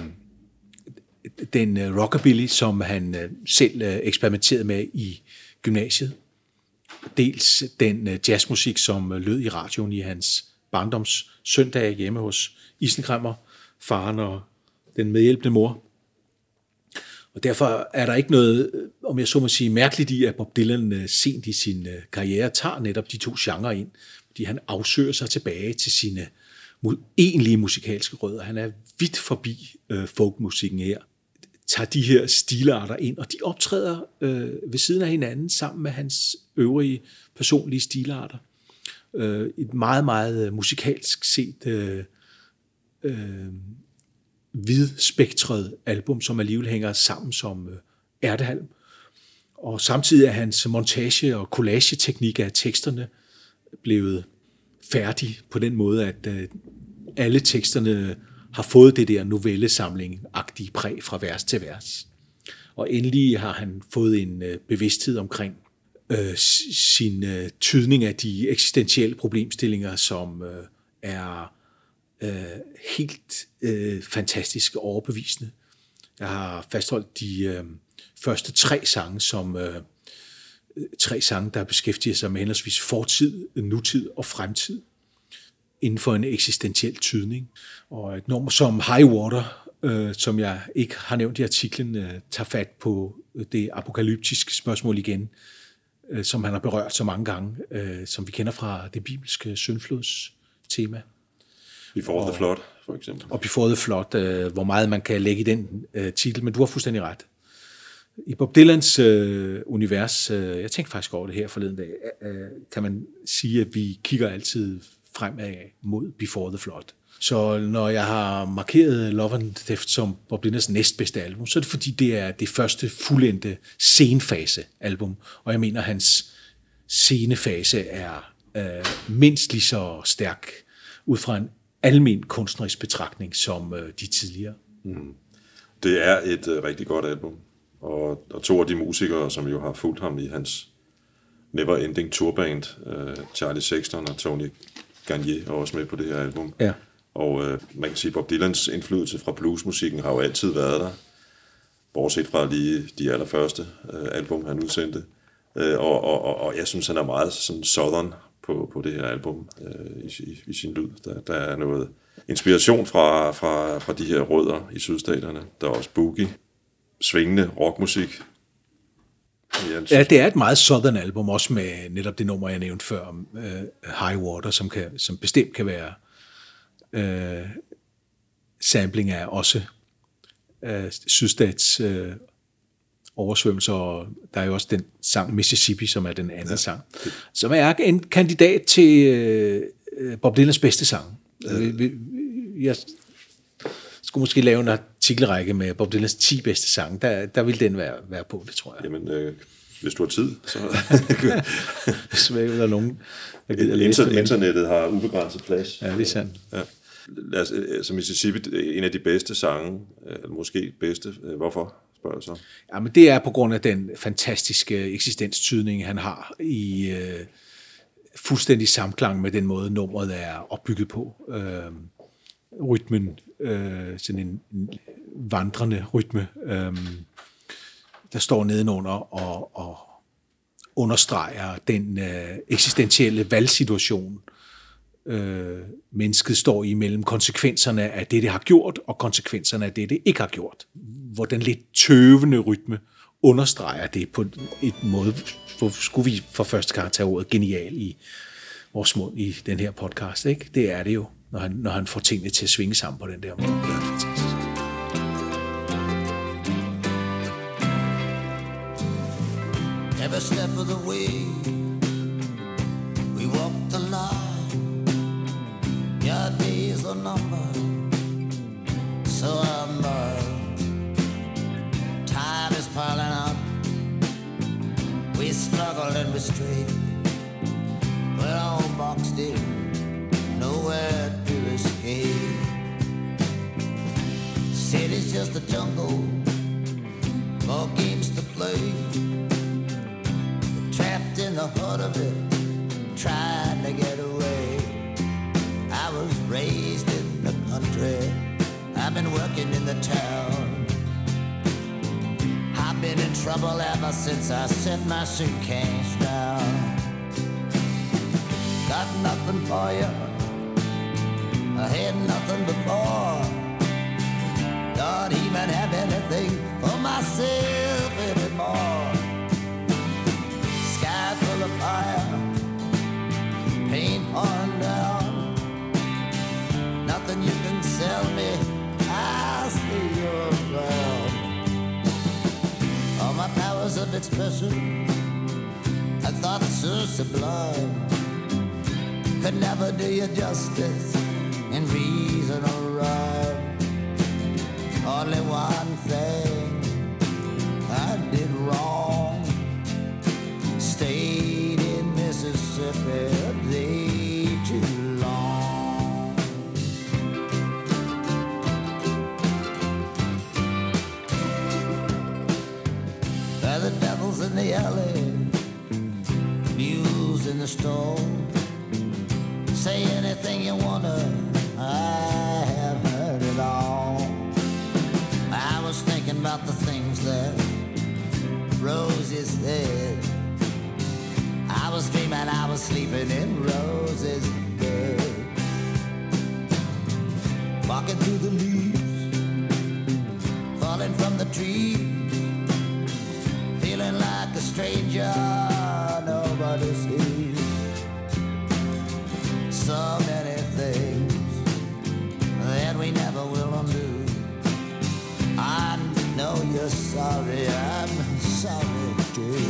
den rockabilly, som han selv eksperimenterede med i gymnasiet. Dels den jazzmusik, som lød i radioen i hans barndoms søndage hjemme hos Isenkræmmer, faren og den medhjælpende mor. Og derfor er der ikke noget, om jeg så må sige, mærkeligt i, at Bob Dylan sent i sin karriere tager netop de to genrer ind, fordi han afsøger sig tilbage til sine egentlige musikalske rødder. Han er vidt forbi folkmusikken her. tager de her stilarter ind, og de optræder ved siden af hinanden sammen med hans øvrige personlige stilarter. Et meget, meget musikalsk set vidspektret album, som alligevel hænger sammen som ærtehalm. Og samtidig er hans montage- og collageteknik af teksterne blevet færdig på den måde, at alle teksterne har fået det der novellesamling-agtige præg fra vers til vers. Og endelig har han fået en bevidsthed omkring sin tydning af de eksistentielle problemstillinger, som er helt fantastisk og overbevisende. Jeg har fastholdt de første 3 sange som 3 sange, der beskæftiger sig med henholdsvis fortid, nutid og fremtid inden for en eksistentiel tydning. Og et nummer som High Water, som jeg ikke har nævnt i artiklen, tager fat på det apokalyptiske spørgsmål igen, som han har berørt så mange gange, som vi kender fra det bibelske syndflodstema. Before the Flood, for eksempel. Og Before the Flood, hvor meget man kan lægge i den titel, men du har fuldstændig ret. I Bob Dylans univers, jeg tænkte faktisk over det her forleden dag, kan man sige, at vi kigger altid fremad mod Before the Flood. Så når jeg har markeret Love and Death som Bob Dylans næstbedste album, så er det fordi, det er det første fuldendte scenefase-album. Og jeg mener, hans scenefase er mindst lige så stærk ud fra en almen kunstnerisk betragtning som de tidligere. Mm. Det er et rigtig godt album. Og 2 af de musikere, som jo har fulgt ham i hans Never Ending Tourband, Charlie Sexton og Tony Garnier, er også med på det her album. Ja. Og man kan sige, at Bob Dylans indflydelse fra bluesmusikken har jo altid været der, bortset fra lige de allerførste album, han udsendte. Og jeg synes, han er meget sådan southern på det her album i sin lyd. Der er noget inspiration fra de her rødder i sydstaterne. Der er også boogie, svingende rockmusik. Ja, det er et meget southern album, også med netop det nummer, jeg nævnte før, High Water, som bestemt kan være sampling af også sydstats oversvømmelser, og der er jo også den sang Mississippi, som er den anden sang, som er en kandidat til Bob Dylans bedste sang. Jeg skulle måske lave en artikelrække med Bob Dylans 10 bedste sange. Der vil den være på, det tror jeg. Jamen, hvis du har tid, så... Hvis der er nogen, der gider læse internettet har ubegrænset plads. Ja, det er sandt. Ja. Altså Mississippi, en af de bedste sange, eller måske bedste. Hvorfor, spørger jeg så? Jamen, det er på grund af den fantastiske eksistenstydning, han har i fuldstændig samklang med den måde, nummeret er opbygget på. Rytmen, sådan en vandrende rytme, der står nedenunder og understreger den eksistentielle valgsituation, mennesket står i mellem konsekvenserne af det har gjort, og konsekvenserne af det ikke har gjort. Hvor den lidt tøvende rytme understreger det på et måde, hvor skulle vi for første gang tage ordet genial i vores mund i den her podcast, ikke? Det er det jo, når han får tingene til at svinge sammen på den der måde. Det er fantastisk. Every step of the way we walk the line. Your days are numbered, so am I. Time is piling up. We struggle and we strain. We're all boxed in, nowhere to escape. City's just a jungle, more games to play. Trapped in the heart of it, trying to get away. I was raised in the country, I've been working in the town. I've been in trouble ever since I set my suitcase down. Got nothing for you, I had nothing before. Don't even have anything for myself anymore. Sky full of fire, paint on down. Nothing you can sell me, I'll stay around. because of its passion, a thought so sublime could never do you justice in reason or rhyme. Only one thing I did wrong, stayed in Mississippi a day too long. The devil's in the alley, mules in the store. Say anything you wanna, I have heard it all. I was thinking about the things that Rosie said. I was dreaming I was sleeping in Rosie's bed, walking through the leaves, falling from the trees, feeling like a stranger nobody sees. So many things that we never will undo. I know you're sorry, I'm sorry too.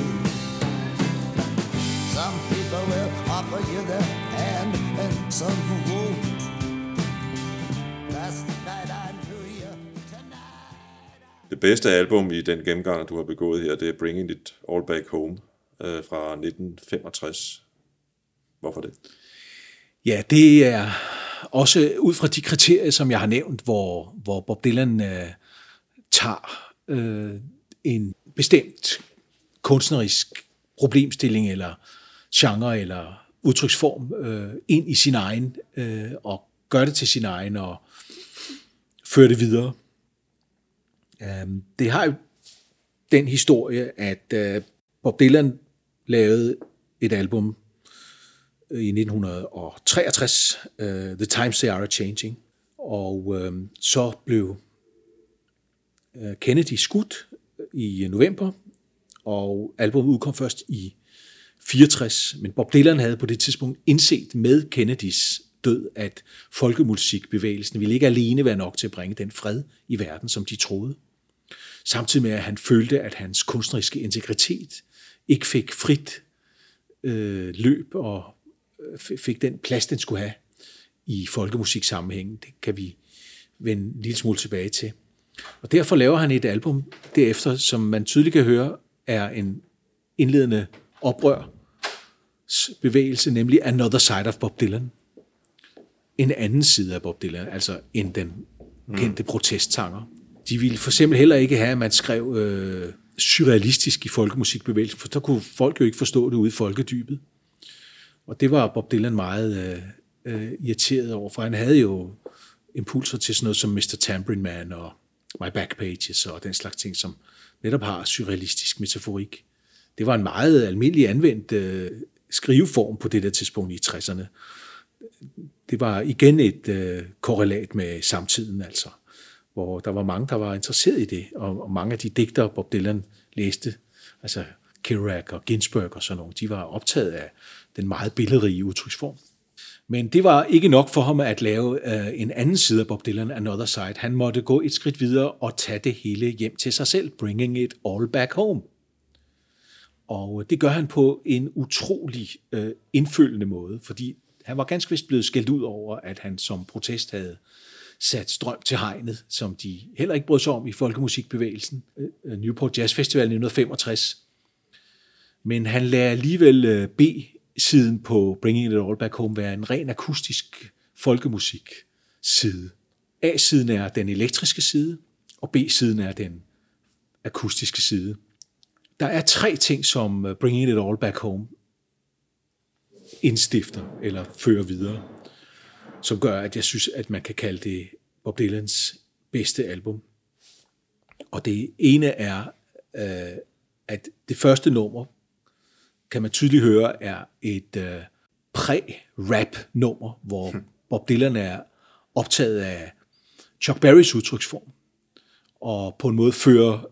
Some people will offer you their hand and some won't. Last night I knew you, tonight Det bedste album i den gennemgang, du har begået her, det er Bringing It All Back Home fra 1965. Hvorfor det? Ja, det er også ud fra de kriterier, som jeg har nævnt, hvor Bob Dylan tager en bestemt kunstnerisk problemstilling eller genre eller udtryksform ind i sin egen og gør det til sin egen og fører det videre. Det har jo den historie, at Bob Dylan lavede et album i 1963, The Times They Are Changing, og så blev Kennedy skudt i november, og albumet udkom først i 64, men Bob Dylan havde på det tidspunkt indset med Kennedys død, at folkemusikbevægelsen ville ikke alene være nok til at bringe den fred i verden, som de troede. Samtidig med, at han følte, at hans kunstneriske integritet ikke fik frit løb og fik den plads, den skulle have i folkemusiksammenhængen. Det kan vi vende en lille smule tilbage til. Og derfor laver han et album derefter, som man tydeligt kan høre, er en indledende oprørsbevægelse, nemlig Another Side of Bob Dylan. En anden side af Bob Dylan, altså end den kendte protestsanger. De ville for eksempel heller ikke have, at man skrev surrealistisk i folkemusikbevægelsen, for så kunne folk jo ikke forstå det ude i folkedybet. Og det var Bob Dylan meget irriteret over, for han havde jo impulser til sådan noget som Mr. Tambourine Man og My Backpages og den slags ting, som netop har surrealistisk metaforik. Det var en meget almindelig anvendt skriveform på det der tidspunkt i 60'erne. Det var igen et korrelat med samtiden, altså, hvor der var mange, der var interesseret i det, og mange af de digtere, Bob Dylan læste, altså Kerouac og Ginsberg og sådan nogle, de var optaget af den meget billedrige udtryksform. Men det var ikke nok for ham at lave en anden side af Bob Dylan, Another Side. Han måtte gå et skridt videre og tage det hele hjem til sig selv, Bringing It All Back Home. Og det gør han på en utrolig indfølgende måde, fordi han var ganske vist blevet skældt ud over, at han som protest havde sat strøm til hegnet, som de heller ikke brød sig om i folkemusikbevægelsen, Newport Jazz Festival 1965. Men han lader alligevel B-siden på Bringing It All Back Home være en ren akustisk folkemusik-side. A-siden er den elektriske side, og B-siden er den akustiske side. Der er 3 ting, som Bringing It All Back Home indstifter eller fører videre, som gør, at jeg synes, at man kan kalde det Bob Dylans bedste album. Og det ene er, at det første nummer, kan man tydeligt høre, er et præ-rap-nummer, hvor Bob Dylan er optaget af Chuck Berrys udtryksform, og på en måde fører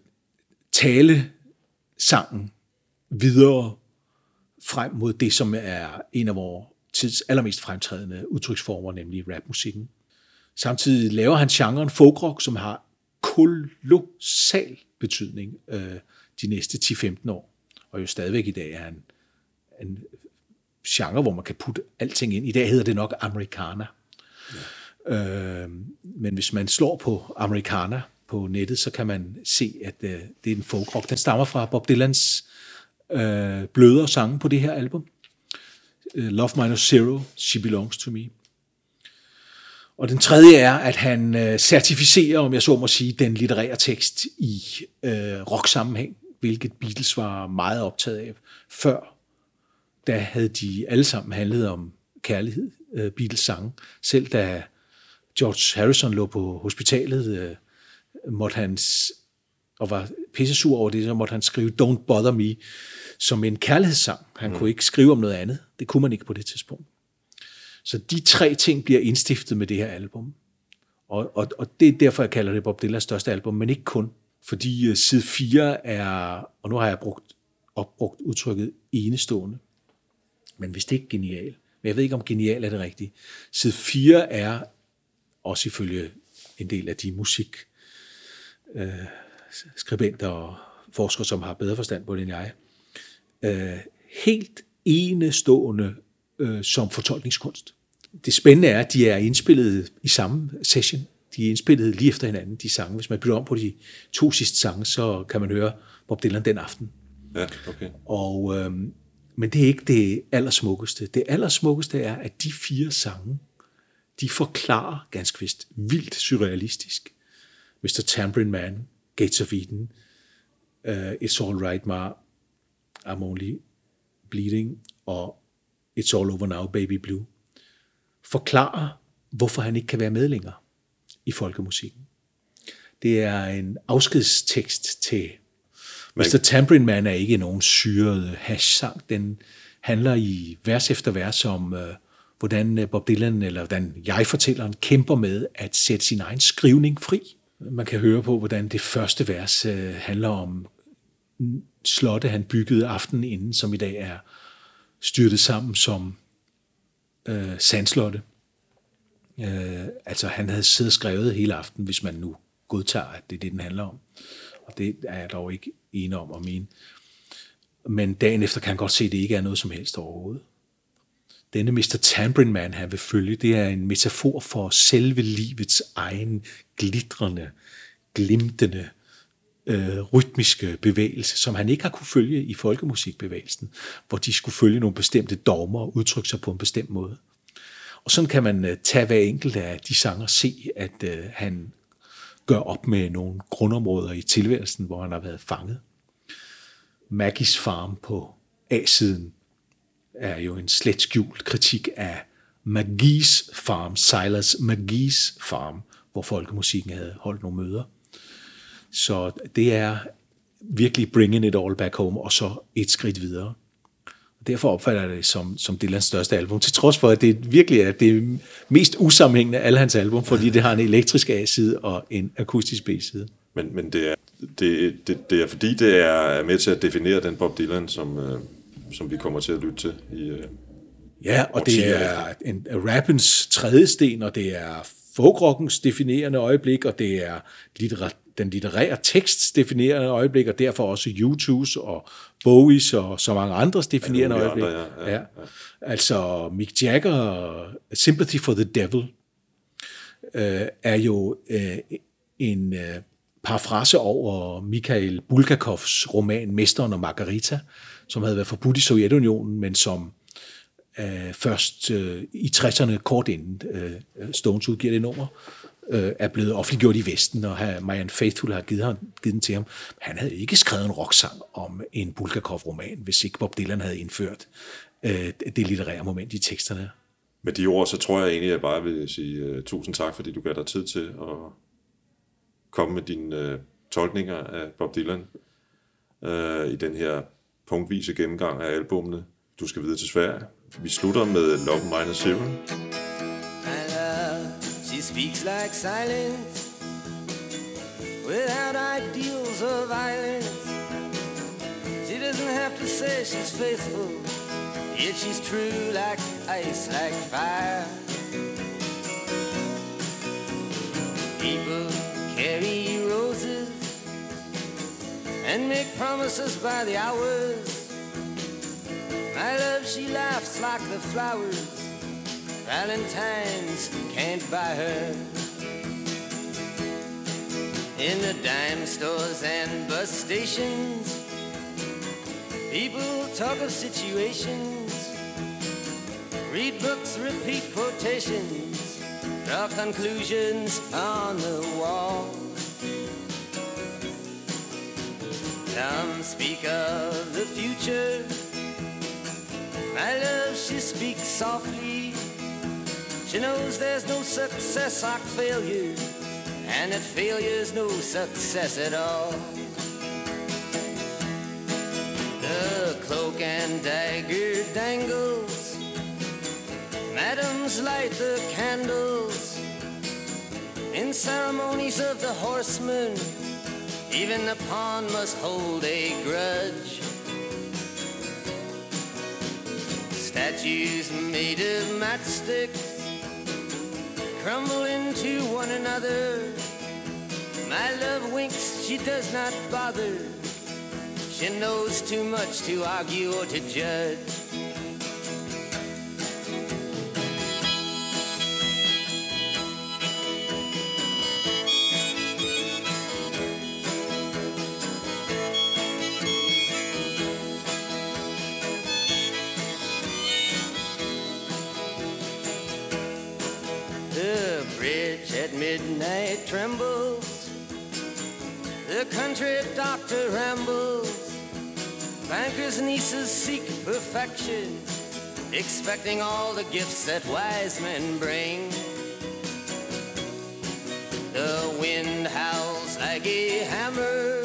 talesangen videre frem mod det, som er en af vores tids allermest fremtrædende udtryksformer, nemlig rapmusikken. Samtidig laver han genren folkrock, som har kolossal betydning de næste 10-15 år. Og jo stadigvæk i dag er en genre, hvor man kan putte alting ind. I dag hedder det nok Americana. Ja. Men hvis man slår på Americana på nettet, så kan man se, at det er en folkrock. Den stammer fra Bob Dylans blødere sange på det her album. Love Minus Zero, She Belongs to Me. Og den tredje er, at han certificerer, om jeg så må sige, den litterære tekst i rock-sammenhæng, hvilket Beatles var meget optaget af. Før, da havde de alle sammen handlet om kærlighed, Beatles sange. Selv da George Harrison lå på hospitalet, og var pissesur over det, så måtte han skrive Don't Bother Me som en kærlighedssang. Han kunne ikke skrive om noget andet. Det kunne man ikke på det tidspunkt. Så de 3 ting bliver indstiftet med det her album. Og det er derfor, jeg kalder det Bob Dylans største album, men ikke kun. Fordi side 4 er, og nu har jeg opbrugt udtrykket enestående, men hvis det ikke er genial, men jeg ved ikke, om genial er det rigtige. Side 4 er, også ifølge en del af de musikskribenter og forskere, som har bedre forstand på det end jeg, helt enestående som fortolkningskunst. Det spændende er, at de er indspillet i samme session. De er indspillet lige efter hinanden, de sange. Hvis man bytter om på de 2 sidste sange, så kan man høre Bob Dylan den aften. Ja, okay. Men det er ikke det allersmukkeste. Det allersmukkeste er, at de 4 sange, de forklarer ganske vist vildt surrealistisk. Mr. Tambourine Man, Gates of Eden, It's All Right Ma, I'm Only Bleeding og It's All Over Now, Baby Blue, forklarer, hvorfor han ikke kan være med længere i folkemusikken. Det er en afskedstekst til Mr. Tambourine Man er ikke nogen syret hash-sang. Den handler i vers efter vers om, hvordan Bob Dylan, eller hvordan jeg-fortælleren, kæmper med at sætte sin egen skrivning fri. Man kan høre på, hvordan det første vers handler om slotte, han byggede aftenen inden, som i dag er styrtet sammen som sandslotte. Altså han havde siddet og skrevet hele aften, hvis man nu godtager, at det er det, den handler om. Og det er jeg dog ikke enig om at mene. Men dagen efter kan han godt se, at det ikke er noget som helst overhovedet. Denne Mr. Tambourine Man, han vil følge, det er en metafor for selve livets egen glitrende, glimtende, rytmiske bevægelse, som han ikke har kunne følge i folkemusikbevægelsen, hvor de skulle følge nogle bestemte dogmer og udtrykke sig på en bestemt måde. Og sådan kan man tage hver enkelt af de sanger og se, at han gør op med nogle grundområder i tilværelsen, hvor han har været fanget. Maggie's Farm på A-siden er jo en slet skjult kritik af Maggie's Farm, Silas Maggie's Farm, hvor folkemusikken havde holdt nogle møder. Så det er virkelig bringing it all back home, og så et skridt videre. Derfor opfatter jeg det som Dylans største album, til trods for, at det virkelig er det mest usammenhængende af alle hans album, fordi det har en elektrisk A-side og en akustisk B-side. Men det er fordi, det er med til at definere den Bob Dylan, som vi kommer til at lytte til i ja, og det er rappens tredje sten, og det er folkrockens definerende øjeblik, og det er den litterære teksts definerende øjeblik, og derfor også U2's og Bowie's og så mange andres definerende øjeblik. Ja. Altså Mick Jagger, Sympathy for the Devil, er jo en parafrase over Mikhail Bulgakovs roman Mesteren og Margarita, som havde været forbudt i Sovjetunionen, men som først i 60'erne, kort inden Stones udgiver det nummer, er blevet offentliggjort i Vesten, og Marianne Faithfull har givet den til ham. Han havde ikke skrevet en rocksang om en Bulgakov-roman, hvis ikke Bob Dylan havde indført det litterære moment i teksterne. Med de ord, så tror jeg egentlig, at jeg bare vil sige tusind tak, fordi du gav dig tid til at komme med dine tolkninger af Bob Dylan i den her punktvise gennemgang af albumene. Du skal videre til Sverige. Vi slutter med Love Minus Zero. She speaks like silence, without ideals of violence. She doesn't have to say she's faithful, yet she's true like ice, like fire. People carry roses and make promises by the hours. My love, she laughs like the flowers Valentine's can't buy her. In the dime stores and bus stations, people talk of situations, read books, repeat quotations, draw conclusions on the wall. Some speak of the future. My love, she speaks softly. She knows there's no success like failure, and that failure's no success at all. The cloak and dagger dangles, madams light the candles. In ceremonies of the horsemen, even the pawn must hold a grudge. Statues made of matchsticks crumble into one another. My love winks, she does not bother. She knows too much to argue or to judge. The bridge at midnight trembles, the country doctor rambles, bankers' nieces seek perfection, expecting all the gifts that wise men bring. The wind howls like a hammer,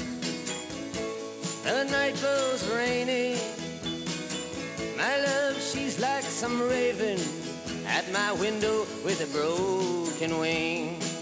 the night blows rainy. My love, she's like some raven at my window with a broken wing.